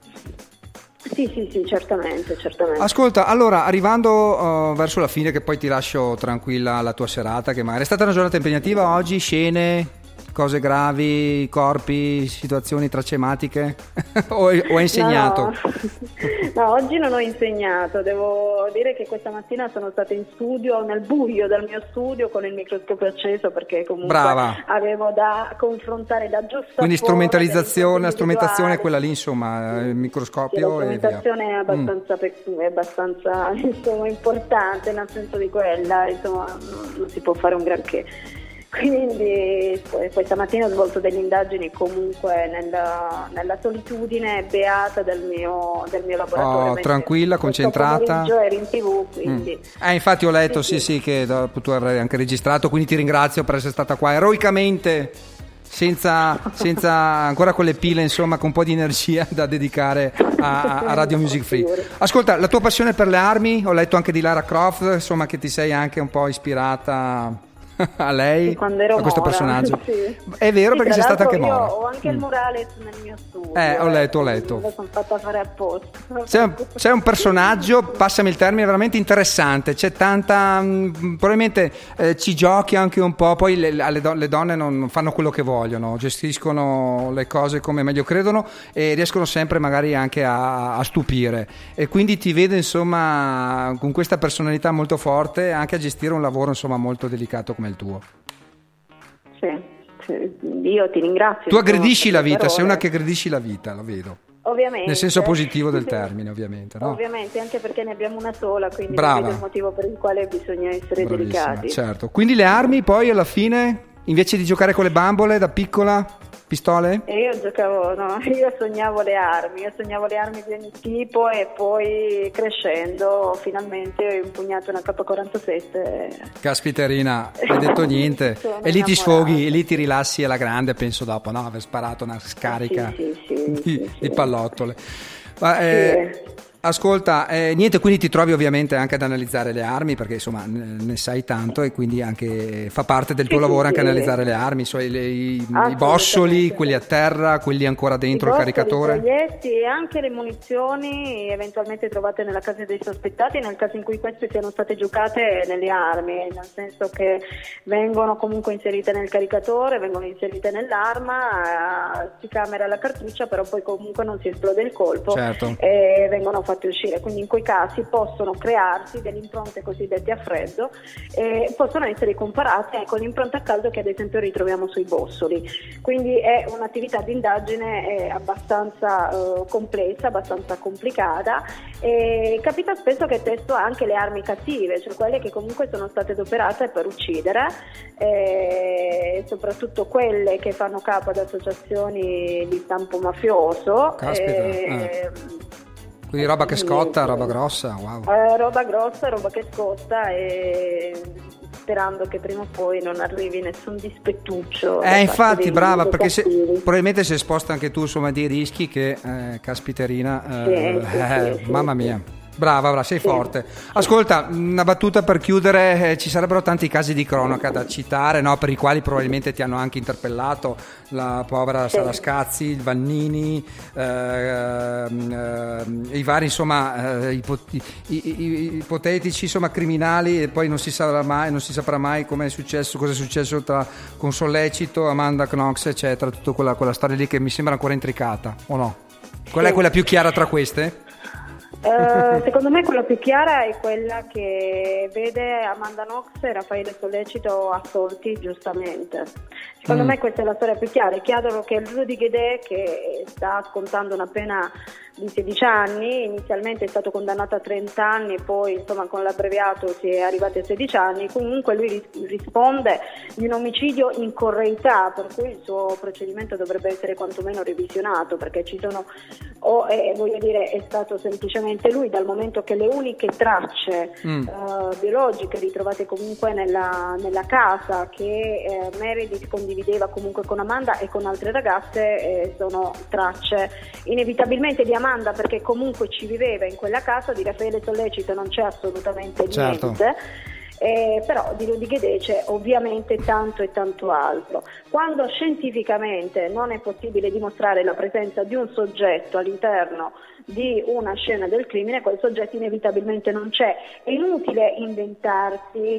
Speaker 4: Sì, certamente.
Speaker 5: Ascolta, allora arrivando verso la fine, che poi ti lascio tranquilla la tua serata, che magari è stata una giornata impegnativa oggi, scene, cose gravi, situazioni tracematiche o hai insegnato?
Speaker 4: No, oggi non ho insegnato, devo dire che questa mattina sono stata in studio, nel buio del mio studio con il microscopio acceso, perché comunque
Speaker 5: Brava.
Speaker 4: avevo da confrontare, da giustapporre
Speaker 5: Quindi strumentazione, la
Speaker 4: delle
Speaker 5: strumentazione è
Speaker 4: individuali.
Speaker 5: quella lì, insomma, il
Speaker 4: Sì, la
Speaker 5: microscopio e via.
Speaker 4: strumentazione è abbastanza insomma, importante, nel senso di quella, insomma, non si può fare un granché. Quindi questa mattina ho svolto delle indagini comunque nella solitudine beata del mio laboratorio. mentre
Speaker 5: Tranquilla,
Speaker 4: questo
Speaker 5: concentrata.
Speaker 4: pomeriggio ero in TV, quindi...
Speaker 5: Infatti ho letto, sì, che tu hai anche registrato, quindi ti ringrazio per essere stata qua eroicamente, senza ancora quelle pile, insomma, con un po' di energia da dedicare a Radio Music Free. Ascolta, la tua passione per le armi, ho letto anche di Lara Croft, insomma, che ti sei anche un po' ispirata a lei,
Speaker 4: Quando ero
Speaker 5: a questo
Speaker 4: mora,
Speaker 5: personaggio.
Speaker 4: sì.
Speaker 5: È vero,
Speaker 4: Sì,
Speaker 5: perché
Speaker 4: tra
Speaker 5: sei stata anche
Speaker 4: l'altro
Speaker 5: mora.
Speaker 4: Io ho anche il murale nel mio studio.
Speaker 5: Ho letto.
Speaker 4: Lo sono fatta fare apposta.
Speaker 5: C'è un personaggio, passami il termine, veramente interessante. C'è tanta, probabilmente ci giochi anche un po'. Poi le donne non fanno quello che vogliono, gestiscono le cose come meglio credono e riescono sempre magari anche a stupire. E quindi ti vedo, insomma, con questa personalità molto forte anche a gestire un lavoro, insomma, molto delicato come il tuo.
Speaker 4: Sì, io ti ringrazio.
Speaker 5: Tu aggredisci la
Speaker 4: per le
Speaker 5: vita, sei
Speaker 4: parole.
Speaker 5: una che aggredisci la vita, lo vedo.
Speaker 4: Ovviamente.
Speaker 5: Nel senso positivo del termine, ovviamente, no?
Speaker 4: Ovviamente, anche perché ne abbiamo una sola, quindi
Speaker 5: Brava.
Speaker 4: non vedo il motivo per il quale bisogna essere
Speaker 5: Bravissima,
Speaker 4: delicati.
Speaker 5: certo. Quindi le armi poi alla fine, invece di giocare con le bambole da piccola, pistole?
Speaker 4: E io sognavo le armi di ogni tipo e poi crescendo finalmente ho impugnato una K47.
Speaker 5: Caspiterina, hai detto niente.
Speaker 4: Sono
Speaker 5: E lì ti
Speaker 4: innamorata.
Speaker 5: sfoghi, e lì ti rilassi alla grande, penso dopo, no? Aver sparato una scarica di pallottole. Ma, ascolta, niente, quindi ti trovi ovviamente anche ad analizzare le armi, perché insomma ne sai tanto e quindi anche fa parte del tuo lavoro anche analizzare le armi, cioè i bossoli, quelli a terra, quelli ancora dentro il caricatore.
Speaker 4: I proiettili e anche le munizioni eventualmente trovate nella casa dei sospettati nel caso in cui queste siano state giocate nelle armi, nel senso che vengono comunque inserite nel caricatore, vengono inserite nell'arma, si camera la cartuccia, però poi comunque non si esplode il colpo
Speaker 5: Certo.
Speaker 4: e vengono fatte fatte uscire, quindi in quei casi possono crearsi delle impronte cosiddette a freddo e possono essere comparate con l'impronta a caldo che ad esempio ritroviamo sui bossoli, quindi è un'attività di indagine abbastanza complessa, abbastanza complicata, e capita spesso che testo anche le armi cattive, cioè quelle che comunque sono state adoperate per uccidere, soprattutto quelle che fanno capo ad associazioni di stampo mafioso.
Speaker 5: Caspita, quindi roba che scotta, roba grossa, wow.
Speaker 4: Roba grossa, roba che scotta, e sperando che prima o poi non arrivi nessun dispettuccio. da parte
Speaker 5: Infatti,
Speaker 4: dei
Speaker 5: brava, perché
Speaker 4: cattivi.
Speaker 5: probabilmente si è esposta anche tu, insomma, dei rischi che, caspiterina,
Speaker 4: Sì,
Speaker 5: mamma mia. Brava, sei
Speaker 4: Sì.
Speaker 5: forte. Ascolta, una battuta per chiudere, ci sarebbero tanti casi di cronaca da citare, no? Per i quali probabilmente ti hanno anche interpellato, la povera
Speaker 4: Sì.
Speaker 5: Sara Scazzi, il Vannini, i vari, insomma, ipotetici, insomma, criminali, e poi non si saprà mai come è successo, cosa è successo con Sollecito, Amanda Knox, eccetera, tutta quella storia lì che mi sembra ancora intricata, o no? Qual è
Speaker 4: Sì.
Speaker 5: quella più chiara tra queste?
Speaker 4: Secondo me quella più chiara è quella che vede Amanda Knox e Raffaele Sollecito assolti giustamente. Secondo me questa è la storia più chiara. È chiaro che Rudy Guedè, che sta scontando una pena di 16 anni, inizialmente è stato condannato a 30 anni, poi insomma con l'abbreviato si è arrivati a 16 anni, comunque lui risponde di un omicidio in correità, per cui il suo procedimento dovrebbe essere quantomeno revisionato, perché ci sono, voglio dire, è stato semplicemente lui, dal momento che le uniche tracce biologiche ritrovate comunque nella casa che Meredith condivideva comunque con Amanda e con altre ragazze, sono tracce inevitabilmente di Amanda, perché comunque ci viveva in quella casa. Di Raffaele Sollecito non c'è assolutamente
Speaker 5: Certo.
Speaker 4: niente. Però di Rudy Guedè c'è ovviamente tanto e tanto altro. Quando scientificamente non è possibile dimostrare la presenza di un soggetto all'interno di una scena del crimine, quel soggetto inevitabilmente non c'è. È inutile inventarsi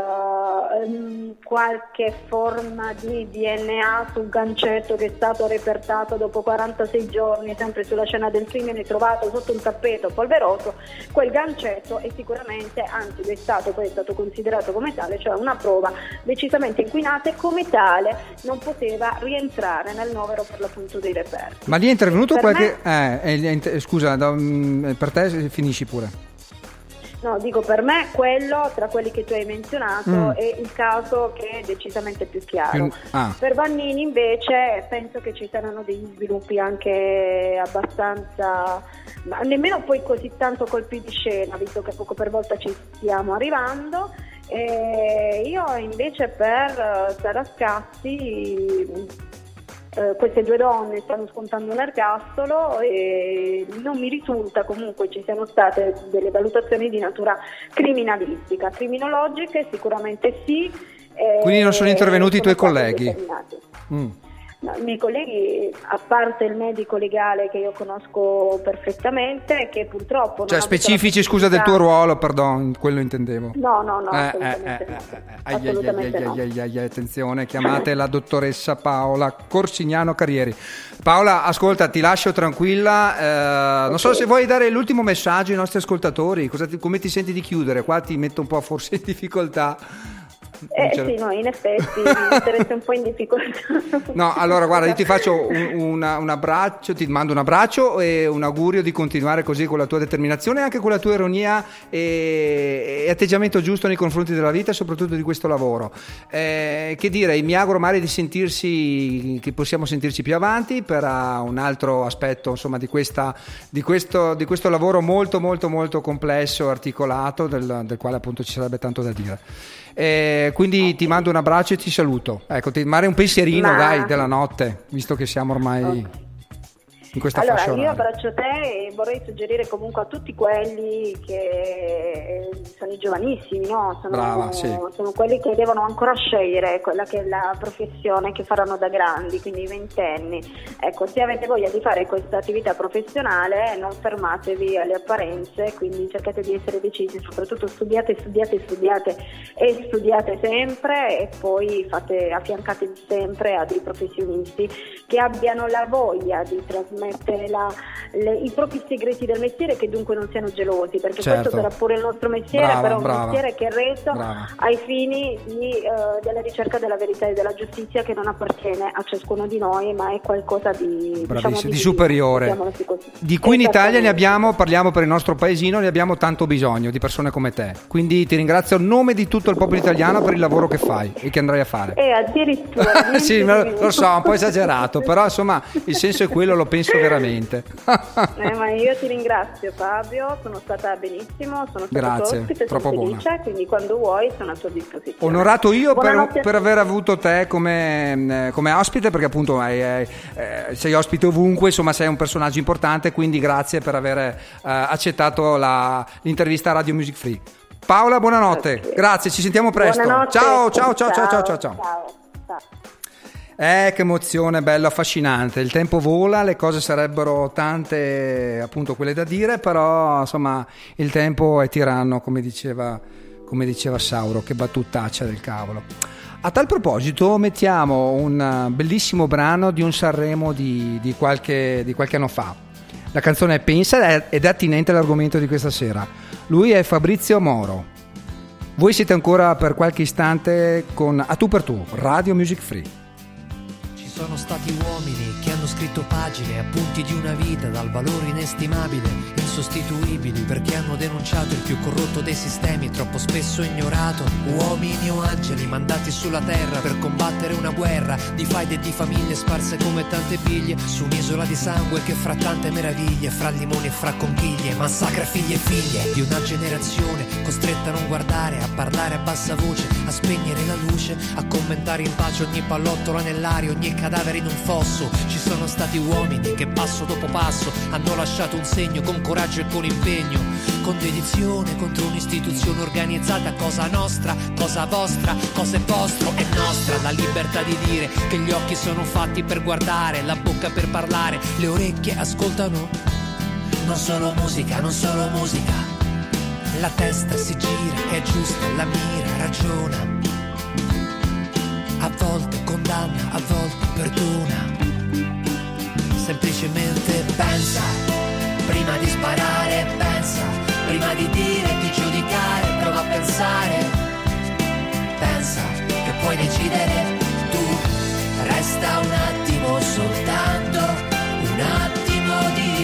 Speaker 4: qualche forma di DNA sul gancetto che è stato repertato dopo 46 giorni sempre sulla scena del crimine, trovato sotto un tappeto polveroso. Quel gancetto è sicuramente, anzi poi è stato considerato come tale, cioè una prova decisamente inquinata, e come tale non poteva rientrare nel novero per l'appunto dei reperti.
Speaker 5: Ma lì è intervenuto
Speaker 4: Per
Speaker 5: qualche... scusa, per te finisci pure.
Speaker 4: No, dico, per me quello tra quelli che tu hai menzionato è il caso che è decisamente più chiaro. Per Vannini invece penso che ci saranno degli sviluppi anche abbastanza, ma nemmeno poi così tanto colpi di scena, visto che poco per volta ci stiamo arrivando. Io invece per Sara Scazzi, queste due donne stanno scontando un ergastolo e non mi risulta comunque ci siano state delle valutazioni di natura criminalistica. Criminologiche sicuramente sì.
Speaker 5: Quindi non sono intervenuti i tuoi
Speaker 4: stati
Speaker 5: colleghi?
Speaker 4: determinati. No, i miei colleghi, a parte il medico legale che io conosco perfettamente, che purtroppo
Speaker 5: Cioè
Speaker 4: non ha avuto
Speaker 5: specifici,
Speaker 4: la
Speaker 5: scusa, del
Speaker 4: possibilità-
Speaker 5: tuo ruolo, perdon, quello intendevo.
Speaker 4: No, assolutamente no. Assolutamente no.
Speaker 5: Attenzione, chiamate la dottoressa Paola Corsignano Carrieri. Paola, ascolta, ti lascio tranquilla, non so se vuoi dare l'ultimo messaggio ai nostri ascoltatori, come ti senti di chiudere? Qua ti metto un po' forse in difficoltà.
Speaker 4: Sì, no, in effetti mi metterete un po' in difficoltà.
Speaker 5: No, allora guarda, io ti faccio un abbraccio, ti mando un abbraccio e un augurio di continuare così con la tua determinazione e anche con la tua ironia e atteggiamento giusto nei confronti della vita e soprattutto di questo lavoro. Che dire, mi auguro magari che possiamo sentirci più avanti per un altro aspetto, insomma, di questo lavoro molto molto molto complesso, articolato, del quale appunto ci sarebbe tanto da dire. Quindi ti mando un abbraccio e ti saluto. Ecco, ti mando un pensierino, dai, della notte, visto che siamo ormai in questa fascia
Speaker 4: Allora, io
Speaker 5: oraria.
Speaker 4: abbraccio te e vorrei suggerire comunque a tutti quelli che sono i giovanissimi, no?
Speaker 5: Brava, sì.
Speaker 4: Sono quelli che devono ancora scegliere quella che è la professione che faranno da grandi, quindi i ventenni. Ecco, se avete voglia di fare questa attività professionale, non fermatevi alle apparenze, quindi cercate di essere decisi, soprattutto studiate sempre, e poi affiancatevi sempre a dei professionisti che abbiano la voglia di trasmettere trasmette i propri segreti del mestiere, che dunque non siano gelosi, perché
Speaker 5: Certo.
Speaker 4: questo sarà pure il nostro mestiere,
Speaker 5: Brava,
Speaker 4: però
Speaker 5: brava.
Speaker 4: un mestiere che è reso
Speaker 5: Brava.
Speaker 4: ai fini della ricerca della verità e della giustizia, che non appartiene a ciascuno di noi, ma è qualcosa di,
Speaker 5: Bravissimo, di
Speaker 4: divino,
Speaker 5: superiore,
Speaker 4: mettiamolo così.
Speaker 5: di cui in Italia ne
Speaker 4: Esattamente.
Speaker 5: abbiamo, parliamo per il nostro paesino, ne abbiamo tanto bisogno di persone come te, quindi ti ringrazio a nome di tutto il popolo italiano per il lavoro che fai e che andrai a fare.
Speaker 4: E addirittura
Speaker 5: Sì,
Speaker 4: niente di
Speaker 5: lo so,
Speaker 4: meno.
Speaker 5: un po' esagerato, però insomma il senso è quello, lo penso veramente.
Speaker 4: Ma io ti ringrazio, Fabio, sono stata benissimo, sono stata
Speaker 5: Grazie,
Speaker 4: tua ospite,
Speaker 5: troppo
Speaker 4: sono
Speaker 5: buona.
Speaker 4: felice, quindi quando vuoi sono a tua disposizione.
Speaker 5: Onorato io
Speaker 4: Buonanotte.
Speaker 5: per aver avuto te come ospite, perché appunto sei ospite ovunque, insomma sei un personaggio importante, quindi grazie per aver accettato l'intervista a Radio Music Free. Paola, buonanotte,
Speaker 4: Ok.
Speaker 5: grazie, ci sentiamo presto.
Speaker 4: Buonanotte.
Speaker 5: Ciao, ciao, ciao, ciao, ciao, ciao.
Speaker 4: Ciao.
Speaker 5: Che emozione, bello, affascinante. Il tempo vola, le cose sarebbero tante, appunto, quelle da dire, però insomma il tempo è tiranno, come diceva Sauro. Che battutaccia del cavolo. A tal proposito mettiamo un bellissimo brano di un Sanremo di qualche anno fa. La canzone è Pensa ed è attinente all'argomento di questa sera. Lui è Fabrizio Moro. Voi siete ancora per qualche istante con A Tu per Tu, Radio Music Free.
Speaker 8: Ci sono stati uomini che hanno scritto pagine, appunti di una vita dal valore inestimabile, insostituibili, perché hanno denunciato il più corrotto dei sistemi, troppo spesso ignorato. Uomini o angeli mandati sulla terra per combattere una guerra di faide e di famiglie sparse come tante biglie su un'isola di sangue che fra tante meraviglie, fra limoni e fra conchiglie, massacra figli e figlie di una generazione costretta a non guardare, a parlare a bassa voce, a spegnere la luce, a commentare in pace ogni pallottola nell'aria, ogni cadavere in un fosso. Ci sono stati uomini che passo dopo passo hanno lasciato un segno con coraggio e con impegno, con dedizione contro un'istituzione organizzata, cosa nostra, cosa vostra, cosa è vostro, è nostra la libertà di dire che gli occhi sono fatti per guardare, la bocca per parlare, le orecchie ascoltano. Non solo musica, non solo musica, la testa si gira, è giusta, la mira, ragiona. A volte condanna, a volte perdona. Semplicemente pensa, prima di sparare, pensa, prima di dire, di giudicare, prova a pensare. Pensa che puoi decidere tu, resta un attimo soltanto, un attimo di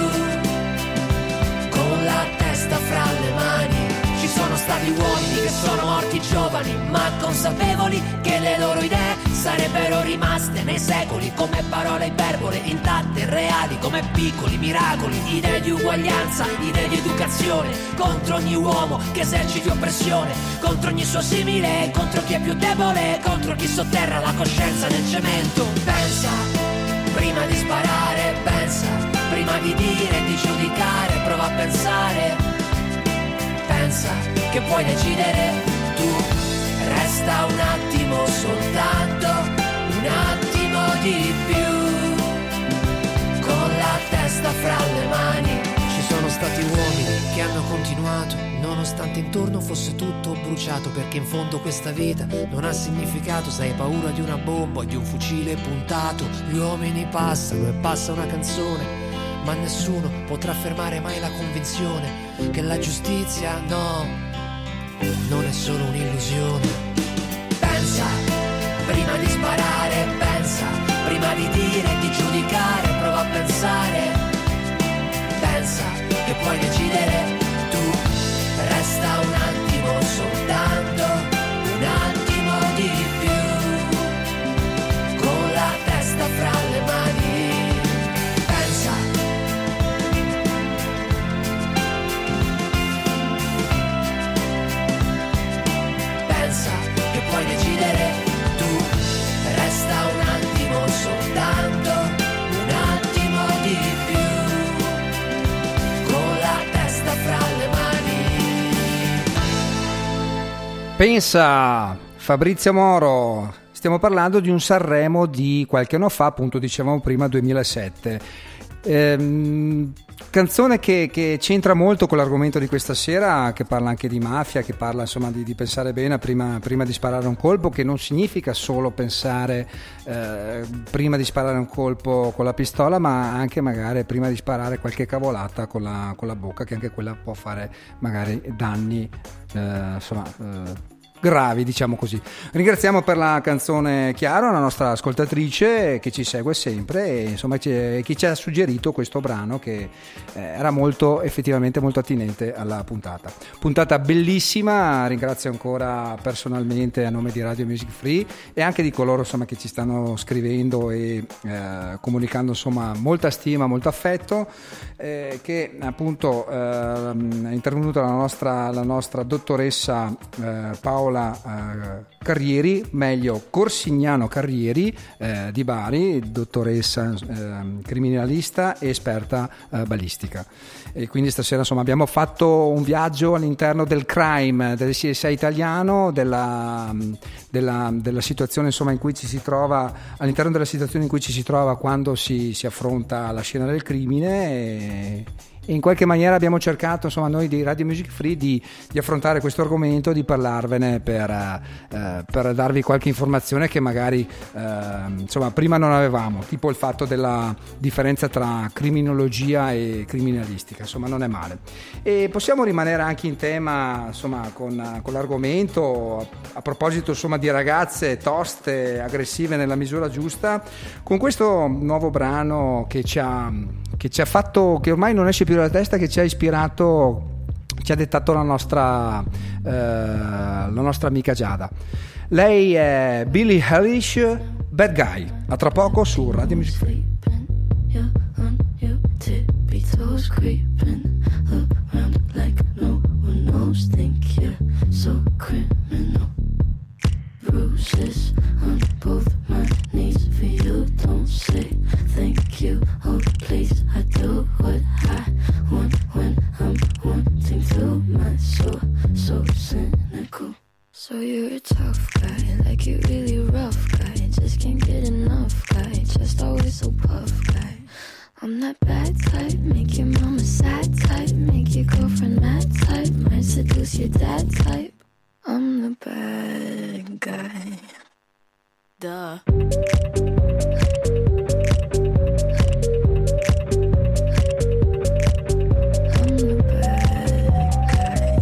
Speaker 8: più, con la testa fra le mani. Ci sono stati uomini che sono morti giovani, ma consapevoli che le loro idee sarebbero rimaste nei secoli come parole iperbole, intatte, reali come piccoli miracoli, idee di uguaglianza, idee di educazione, contro ogni uomo che eserciti oppressione, contro ogni suo simile, contro chi è più debole, contro chi sotterra la coscienza nel cemento. Pensa, prima di sparare, pensa, prima di dire, di giudicare, prova a pensare. Pensa che puoi decidere tu, resta un attimo soltanto, un attimo di più, con la testa fra le mani. Ci sono stati uomini che hanno continuato, nonostante intorno fosse tutto bruciato, perché in fondo questa vita non ha significato se hai paura di una bomba o di un fucile puntato. Gli uomini passano e passa una canzone, ma nessuno potrà fermare mai la convinzione che la giustizia, no, non è solo un'illusione. Pensa, prima di sparare, pensa, prima di dire, di giudicare, prova a pensare. Pensa che puoi decidere tu, resta un attimo soltanto, un attimo di più, con la testa fra le mani. Puoi decidere tu, resta un attimo soltanto, un attimo di più, con la testa fra le mani.
Speaker 5: Pensa, Fabrizio Moro. Stiamo parlando di un Sanremo di qualche anno fa, appunto dicevamo prima 2007. canzone che c'entra molto con l'argomento di questa sera, che parla anche di mafia, che parla insomma di pensare bene prima di sparare un colpo, che non significa solo pensare prima di sparare un colpo con la pistola, ma anche magari prima di sparare qualche cavolata con la bocca, che anche quella può fare magari danni gravi, diciamo così. Ringraziamo per la canzone Chiara, la nostra ascoltatrice che ci segue sempre e insomma che ci ha suggerito questo brano che era effettivamente molto attinente alla puntata bellissima. Ringrazio ancora personalmente a nome di Radio Music Free e anche di coloro insomma che ci stanno scrivendo e comunicando insomma molta stima, molto affetto, che appunto è intervenuta la nostra dottoressa Paola Carrieri, meglio Corsignano Carrieri, di Bari, dottoressa criminalista e esperta balistica. E quindi stasera insomma abbiamo fatto un viaggio all'interno del crime, del CSI italiano, della situazione insomma in cui ci si trova, all'interno della situazione in cui ci si trova quando si affronta la scena del crimine e in qualche maniera abbiamo cercato insomma noi di Radio Music Free di affrontare questo argomento, di parlarvene per darvi qualche informazione che magari insomma prima non avevamo, tipo il fatto della differenza tra criminologia e criminalistica, insomma non è male. E possiamo rimanere anche in tema insomma con l'argomento a proposito insomma di ragazze toste, aggressive nella misura giusta, con questo nuovo brano che ci ha fatto, che ormai non esce più dalla testa, che ci ha ispirato, ci ha dettato la nostra amica Giada. Lei è Billie Eilish, Bad Guy. A tra poco su Radio Music Free.
Speaker 9: Bruises on both my knees for you. Don't say thank you. Oh, please, I do what I want when I'm wanting to. My soul, so cynical. So you're a tough guy, like you really rough guy. Just can't get enough guy, just always so puff guy. I'm that bad type, make your mama sad type, make your girlfriend mad type, might seduce your dad type. I'm the bad guy. Duh. I'm the bad guy.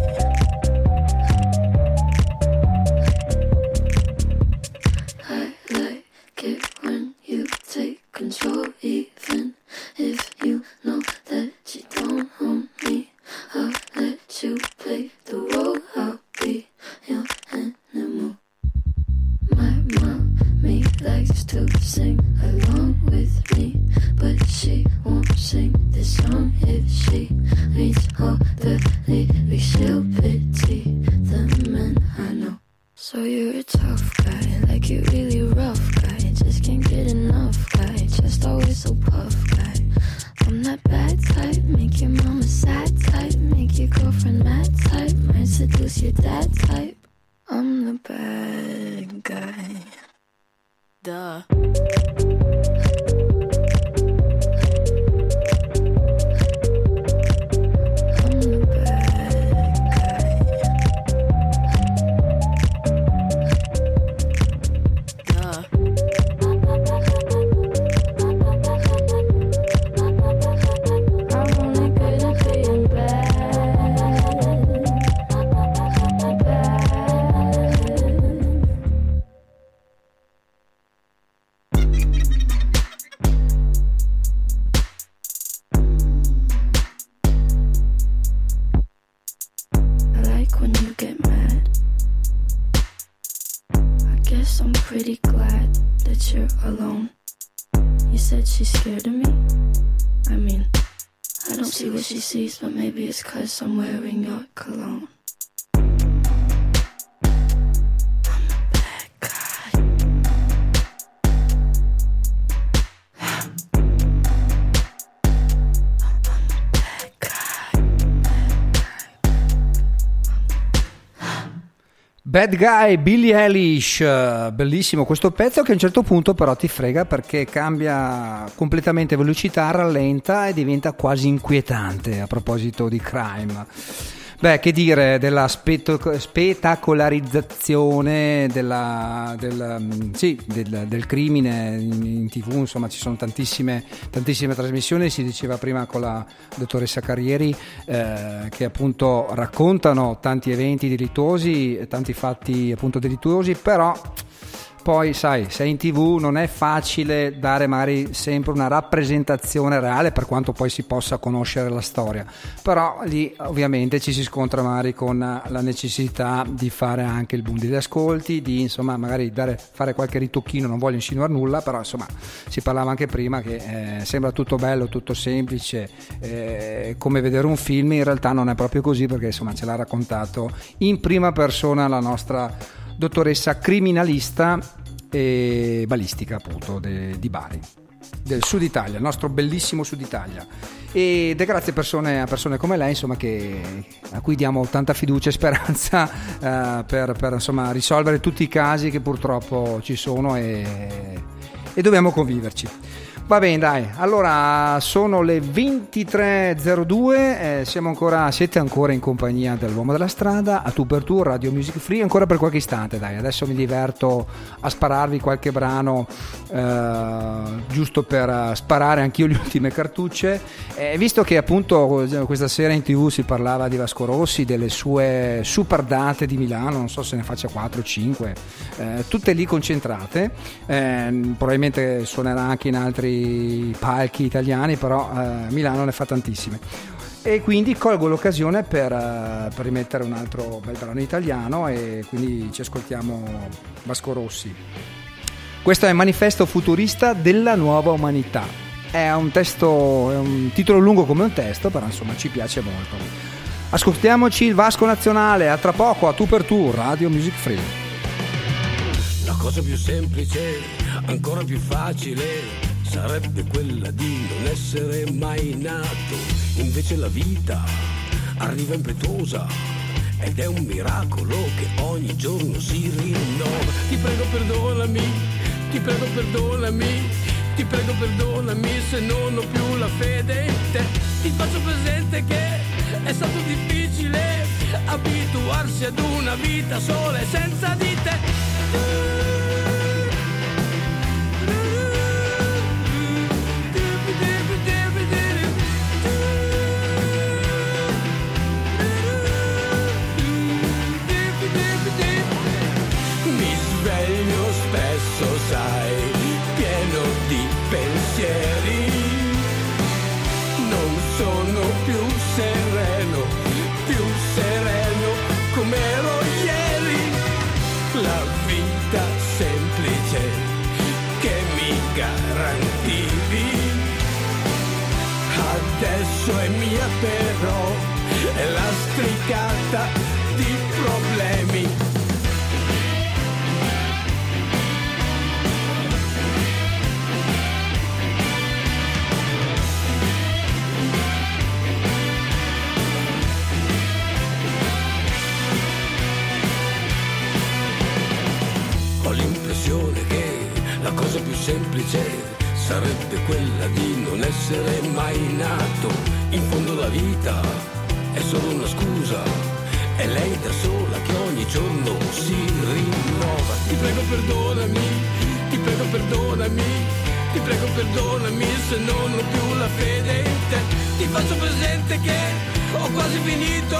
Speaker 9: I like it when you take control, even if you know that you don't own me. I'll let you play the role. I'll be your animal. My mommy likes to sing along with me, but she won't sing this song if she reads all the lyrics. She'll pity the men I know. So you're a tough guy, like you really rough guy. Just can't get enough guy, just always so puff guy. I'm that bad type, make your mama sad type, make your girlfriend mad type, might seduce your dad type. I'm the bad guy. Duh. I'm the bad guy. Duh. I'm only good at being bad. I like when you get mad. I guess I'm pretty glad that you're alone. You said she's scared of me. I mean, I don't see what she sees, but maybe it's 'cause I'm wearing your cologne.
Speaker 5: Bad Guy, Billie Eilish, bellissimo questo pezzo che a un certo punto però ti frega perché cambia completamente velocità, rallenta e diventa quasi inquietante a proposito di crime. Beh, che dire della spettacolarizzazione del crimine in TV, insomma ci sono tantissime trasmissioni, si diceva prima con la dottoressa Carrieri che appunto raccontano tanti eventi delittuosi, tanti fatti appunto delittuosi, però poi sai, se in TV non è facile dare magari sempre una rappresentazione reale, per quanto poi si possa conoscere la storia, però lì ovviamente ci si scontra magari con la necessità di fare anche il boom degli ascolti, di insomma magari fare qualche ritocchino, non voglio insinuare nulla, però insomma si parlava anche prima che sembra tutto bello, tutto semplice, come vedere un film, in realtà non è proprio così, perché insomma ce l'ha raccontato in prima persona la nostra dottoressa criminalista e balistica appunto di Bari, del Sud Italia, il nostro bellissimo Sud Italia, ed è grazie a persone come lei insomma a cui diamo tanta fiducia e speranza per insomma risolvere tutti i casi che purtroppo ci sono e dobbiamo conviverci. Va bene, dai, allora sono le 23.02, siete ancora in compagnia dell'Uomo della Strada, a tu per tu, Radio Music Free, ancora per qualche istante, dai, adesso mi diverto a spararvi qualche brano giusto per sparare anch'io le ultime cartucce, visto che appunto questa sera in TV si parlava di Vasco Rossi, delle sue super date di Milano, non so se ne faccia 4 o 5, tutte lì concentrate, probabilmente suonerà anche in altri palchi italiani, però Milano ne fa tantissime e quindi colgo l'occasione per rimettere un altro bel brano italiano e quindi ci ascoltiamo Vasco Rossi. Questo è Manifesto futurista della nuova umanità, è un titolo lungo come un testo, però insomma ci piace molto. Ascoltiamoci il Vasco nazionale, a tra poco, a tu per tu, Radio Music Free.
Speaker 10: La cosa più semplice, ancora più facile, sarebbe quella di non essere mai nato. Invece la vita arriva impetuosa ed è un miracolo che ogni giorno si rinnova. Ti prego perdonami, ti prego perdonami, ti prego perdonami se non ho più la fede in te. Ti faccio presente che è stato difficile abituarsi ad una vita sola e senza di te. Sai, pieno di pensieri, non sono più sereno come ero ieri. La vita semplice che mi garantivi adesso è mia, però è lastricata di problemi. Che la cosa più semplice sarebbe quella di non essere mai nato. In fondo la vita è solo una scusa, è lei da sola che ogni giorno si rinnova. Ti prego perdonami, ti prego perdonami, ti prego perdonami se non ho più la fede in te. Ti faccio presente che ho quasi finito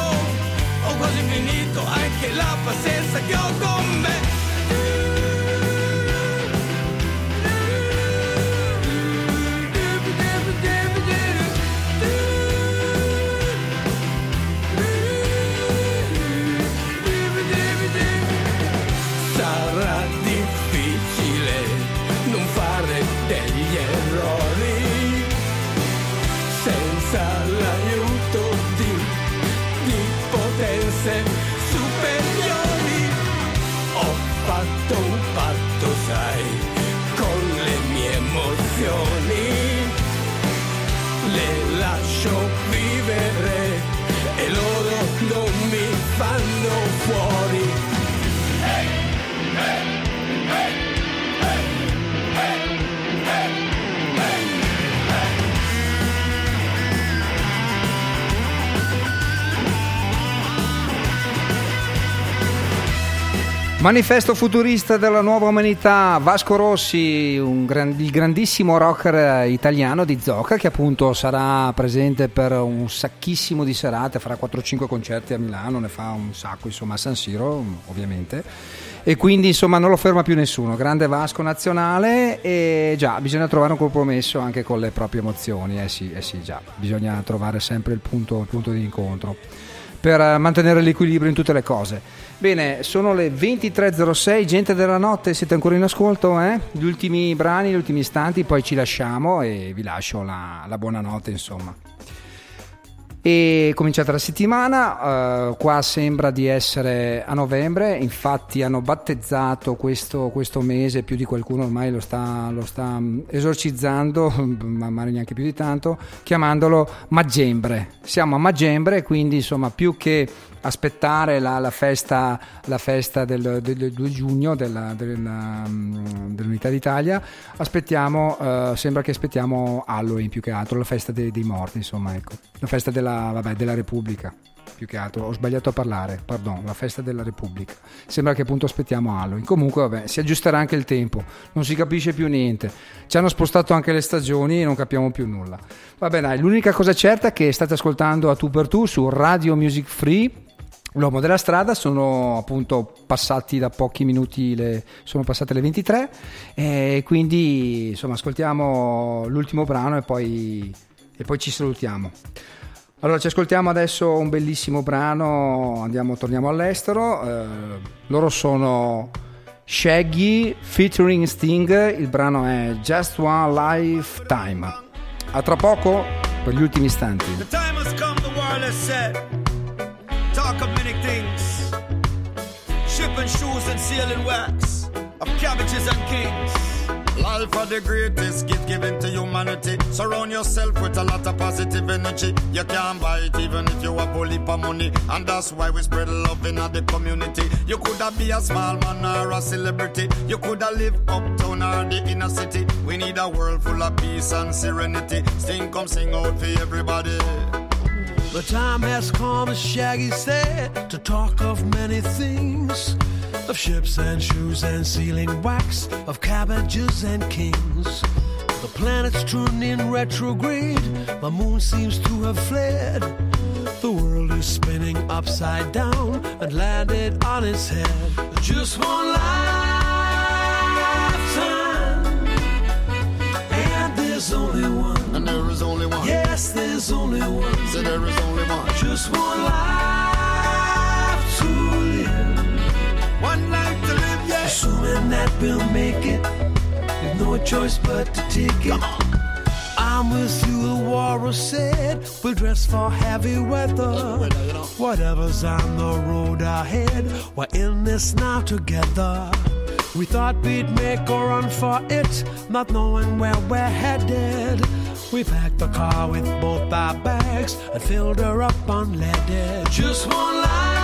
Speaker 10: anche la pazienza che ho con me. Superiori ho
Speaker 5: Manifesto futurista della nuova umanità, Vasco Rossi, il grandissimo rocker italiano di Zocca, che appunto sarà presente per un sacchissimo di serate, farà 4-5 concerti a Milano, ne fa un sacco, insomma, a San Siro ovviamente, e quindi insomma non lo ferma più nessuno. Grande Vasco nazionale, e già bisogna trovare un compromesso anche con le proprie emozioni, sì già, bisogna trovare sempre il punto di incontro per mantenere l'equilibrio in tutte le cose. Bene, sono le 23.06, gente della notte, siete ancora in ascolto? Gli ultimi brani, gli ultimi istanti, poi ci lasciamo e vi lascio la buonanotte, insomma. E cominciata la settimana, qua sembra di essere a novembre, infatti hanno battezzato questo mese, più di qualcuno ormai lo sta esorcizzando, magari neanche più di tanto, chiamandolo Maggembre. Siamo a Maggembre, quindi insomma più che aspettare la festa del 2 giugno dell'Unità d'Italia, sembra che aspettiamo Halloween più che altro, la festa dei morti, insomma, ecco, la festa della Repubblica, più che altro, ho sbagliato a parlare, pardon, la festa della Repubblica, sembra che appunto aspettiamo Halloween. Comunque vabbè, si aggiusterà anche il tempo, non si capisce più niente, ci hanno spostato anche le stagioni e non capiamo più nulla. Vabbè dai, l'unica cosa certa è che state ascoltando A Tu per Tu su Radio Music Free, l'uomo della strada. Sono appunto passati da pochi minuti, sono passate le 23, e quindi insomma ascoltiamo l'ultimo brano e poi ci salutiamo. Allora ci ascoltiamo adesso un bellissimo brano, torniamo all'estero, loro sono Shaggy featuring Sting, il brano è Just One Lifetime. A tra poco per gli ultimi istanti.
Speaker 11: The time has come, the world has said. Talk of many things, shipping shoes and sealing wax, of cabbages and kings. Life are the greatest gift given to humanity. Surround yourself with a lot of positive energy. You can't buy it even if you have only for money, and that's why we spread love in the community. You coulda be a small man or a celebrity. You coulda live uptown or the inner city. We need a world full of peace and serenity. Sing, come sing out for everybody.
Speaker 12: The time has come, as Shaggy said, to talk of many things, of ships and shoes and sealing wax, of cabbages and kings. The planet's turned in retrograde, the moon seems to have fled. The world is spinning upside down and landed on its head. Just one lifetime, and there's only one.
Speaker 11: And there is only one.
Speaker 12: Yes, there's only one.
Speaker 11: So there is only one.
Speaker 12: Just one life to live.
Speaker 11: One life to live, yeah.
Speaker 12: Assuming that we'll make it, with no choice but to take it. I'm with you, the warrior said. We'll dress for heavy weather. Whatever's on the road ahead, we're in this now together. We thought we'd make a run for it, not knowing where we're headed. We packed the car with both our bags and filled her up unleaded. Just one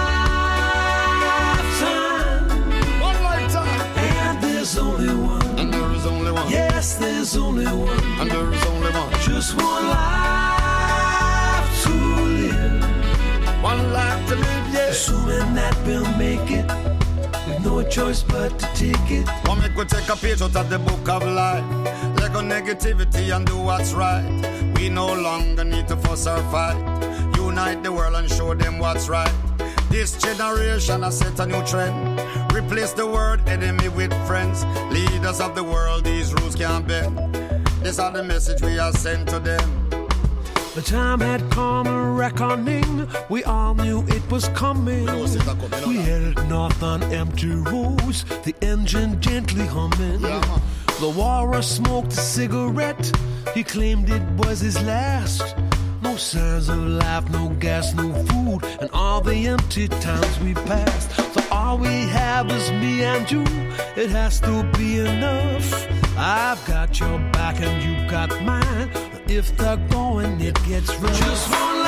Speaker 12: lifetime.
Speaker 11: One lifetime.
Speaker 12: And there's only one.
Speaker 11: And there is only one.
Speaker 12: Yes, there's only one.
Speaker 11: And there is only one.
Speaker 12: Just one life to live.
Speaker 11: One life to live, yeah.
Speaker 12: Assuming that we'll make it, with no choice but to take it.
Speaker 11: One make we take a page out of the book of life. Let go negativity and do what's right. We no longer need to fuss or fight. Unite the world and show them what's right. This generation has set a new trend. Replace the word enemy with friends. Leaders of the world, these rules can't bend. These are the message we have sent to them.
Speaker 12: The time had come, a reckoning. We all knew it was coming. We headed north on empty roads, the engine gently humming. The warrior smoked a cigarette. He claimed it was his last. No signs of life, no gas, no food, and all the empty towns we passed. So all we have is me and you. It has to be enough. I've got your back and you got mine. If they're going, it gets rough. Just one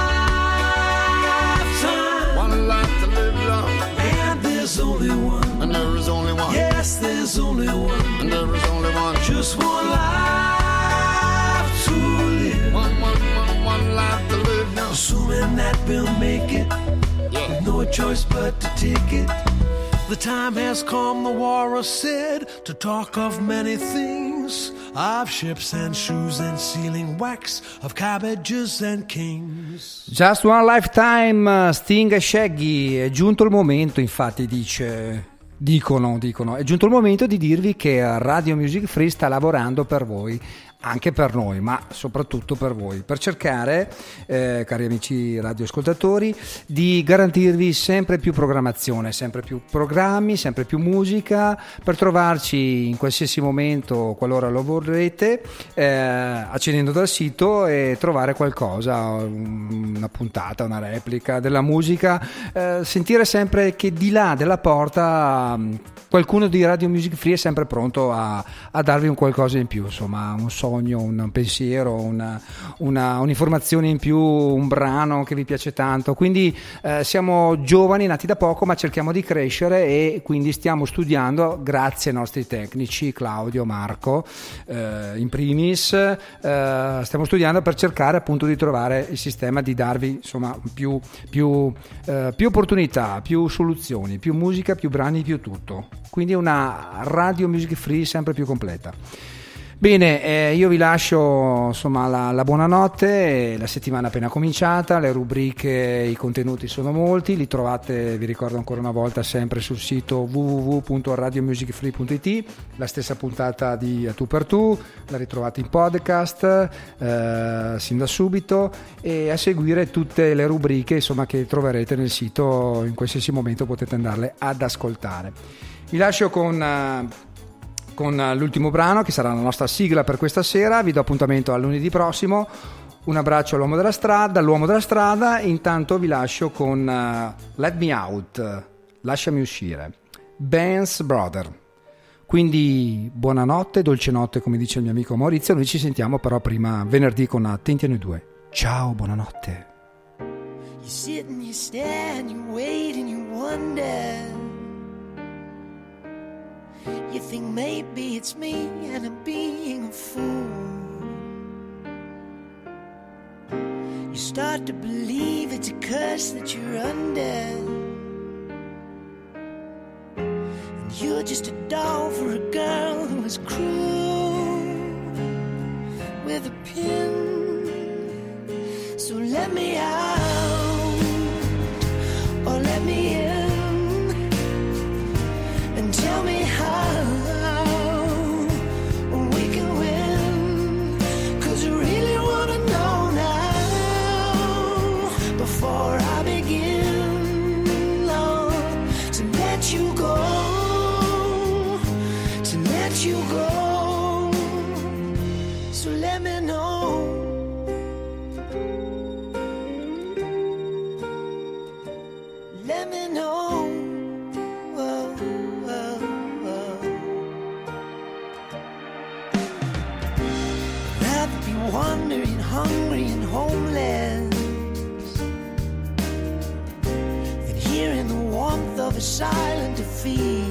Speaker 12: lifetime.
Speaker 11: One life to live long.
Speaker 12: And there's only one.
Speaker 11: And there is only one.
Speaker 12: Yes, there's only one.
Speaker 11: And there is only one.
Speaker 12: Just one life to live.
Speaker 11: One life to live now.
Speaker 12: Assuming that we'll make it, with no choice but to take it. The time has come, the walrus said, to talk of many things, of ships and shoes and sealing wax, of cabbages and kings.
Speaker 5: Just One Lifetime, Sting e Shaggy. È giunto il momento, infatti dicono, è giunto il momento di dirvi che Radio Music Free sta lavorando per voi, anche per noi, ma soprattutto per voi, per cercare, cari amici radioascoltatori, di garantirvi sempre più programmazione, sempre più programmi, sempre più musica, per trovarci in qualsiasi momento, qualora lo vorrete, accedendo dal sito e trovare qualcosa, una puntata, una replica della musica, sentire sempre che di là della porta qualcuno di Radio Music Free è sempre pronto a darvi un qualcosa in più, insomma, un sogno, un pensiero, un'informazione in più, un brano che vi piace tanto. Quindi siamo giovani, nati da poco, ma cerchiamo di crescere e quindi stiamo studiando, grazie ai nostri tecnici Claudio, Marco, in primis, stiamo studiando per cercare appunto di trovare il sistema di darvi, insomma, più opportunità, più soluzioni, più musica, più brani, più tutto. Quindi una Radio Music Free sempre più completa. Bene, io vi lascio, insomma, la buonanotte. La settimana è appena cominciata, le rubriche, i contenuti sono molti, li trovate, vi ricordo ancora una volta, sempre sul sito www.radiomusicfree.it. La stessa puntata di A Tu per Tu la ritrovate in podcast sin da subito, e a seguire tutte le rubriche, insomma, che troverete nel sito. In qualsiasi momento potete andarle ad ascoltare. Vi lascio con l'ultimo brano, che sarà la nostra sigla per questa sera. Vi do appuntamento a lunedì prossimo. Un abbraccio all'uomo della strada. Intanto vi lascio con Let Me Out, lasciami uscire, Ben's Brother. Quindi buonanotte, dolce notte, come dice il mio amico Maurizio. Noi ci sentiamo però prima venerdì con Attenti a noi due. Ciao, buonanotte.
Speaker 8: You sit and you stare and you wait and you wonder. You think maybe it's me and I'm being a fool. You start to believe it's a curse that you're under, and you're just a doll for a girl who is cruel with a pin. So let me out, or let me in, and tell me how we can win. 'Cause I really wanna know now, before I begin, Lord, to let you go, to let you go. So let me know. Let me know. Whoa, whoa, whoa. Rather be wandering, hungry and homeless, than here in the warmth of a silent defeat.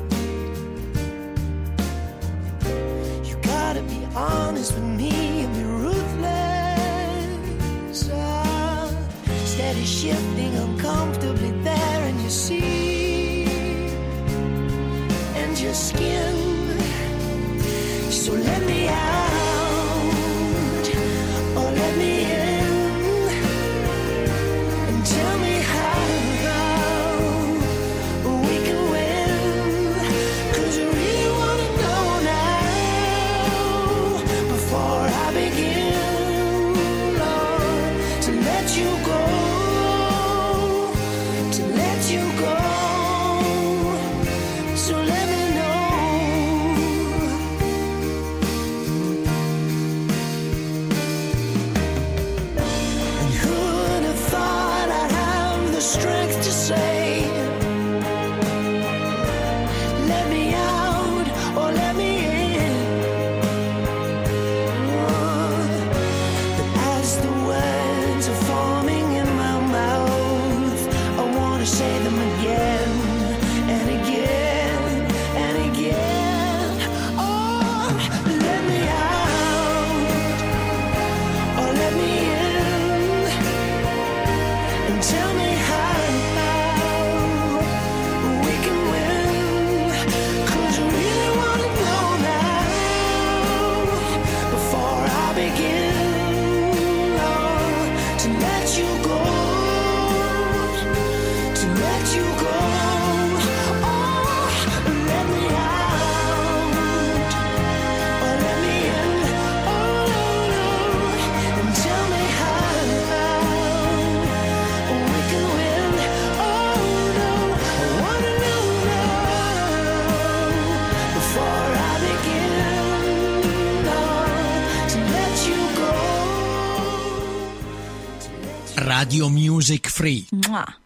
Speaker 8: You gotta be honest with me and be ruthless. Steady shifting uncomfortably there, and you see, and your skin. So let me out, or let me in, and tell me how we can win. 'Cause I really wanna know now, before I begin, Lord, to let you go, to let you go. So let me know,
Speaker 1: Radio Music Free.
Speaker 13: Mua.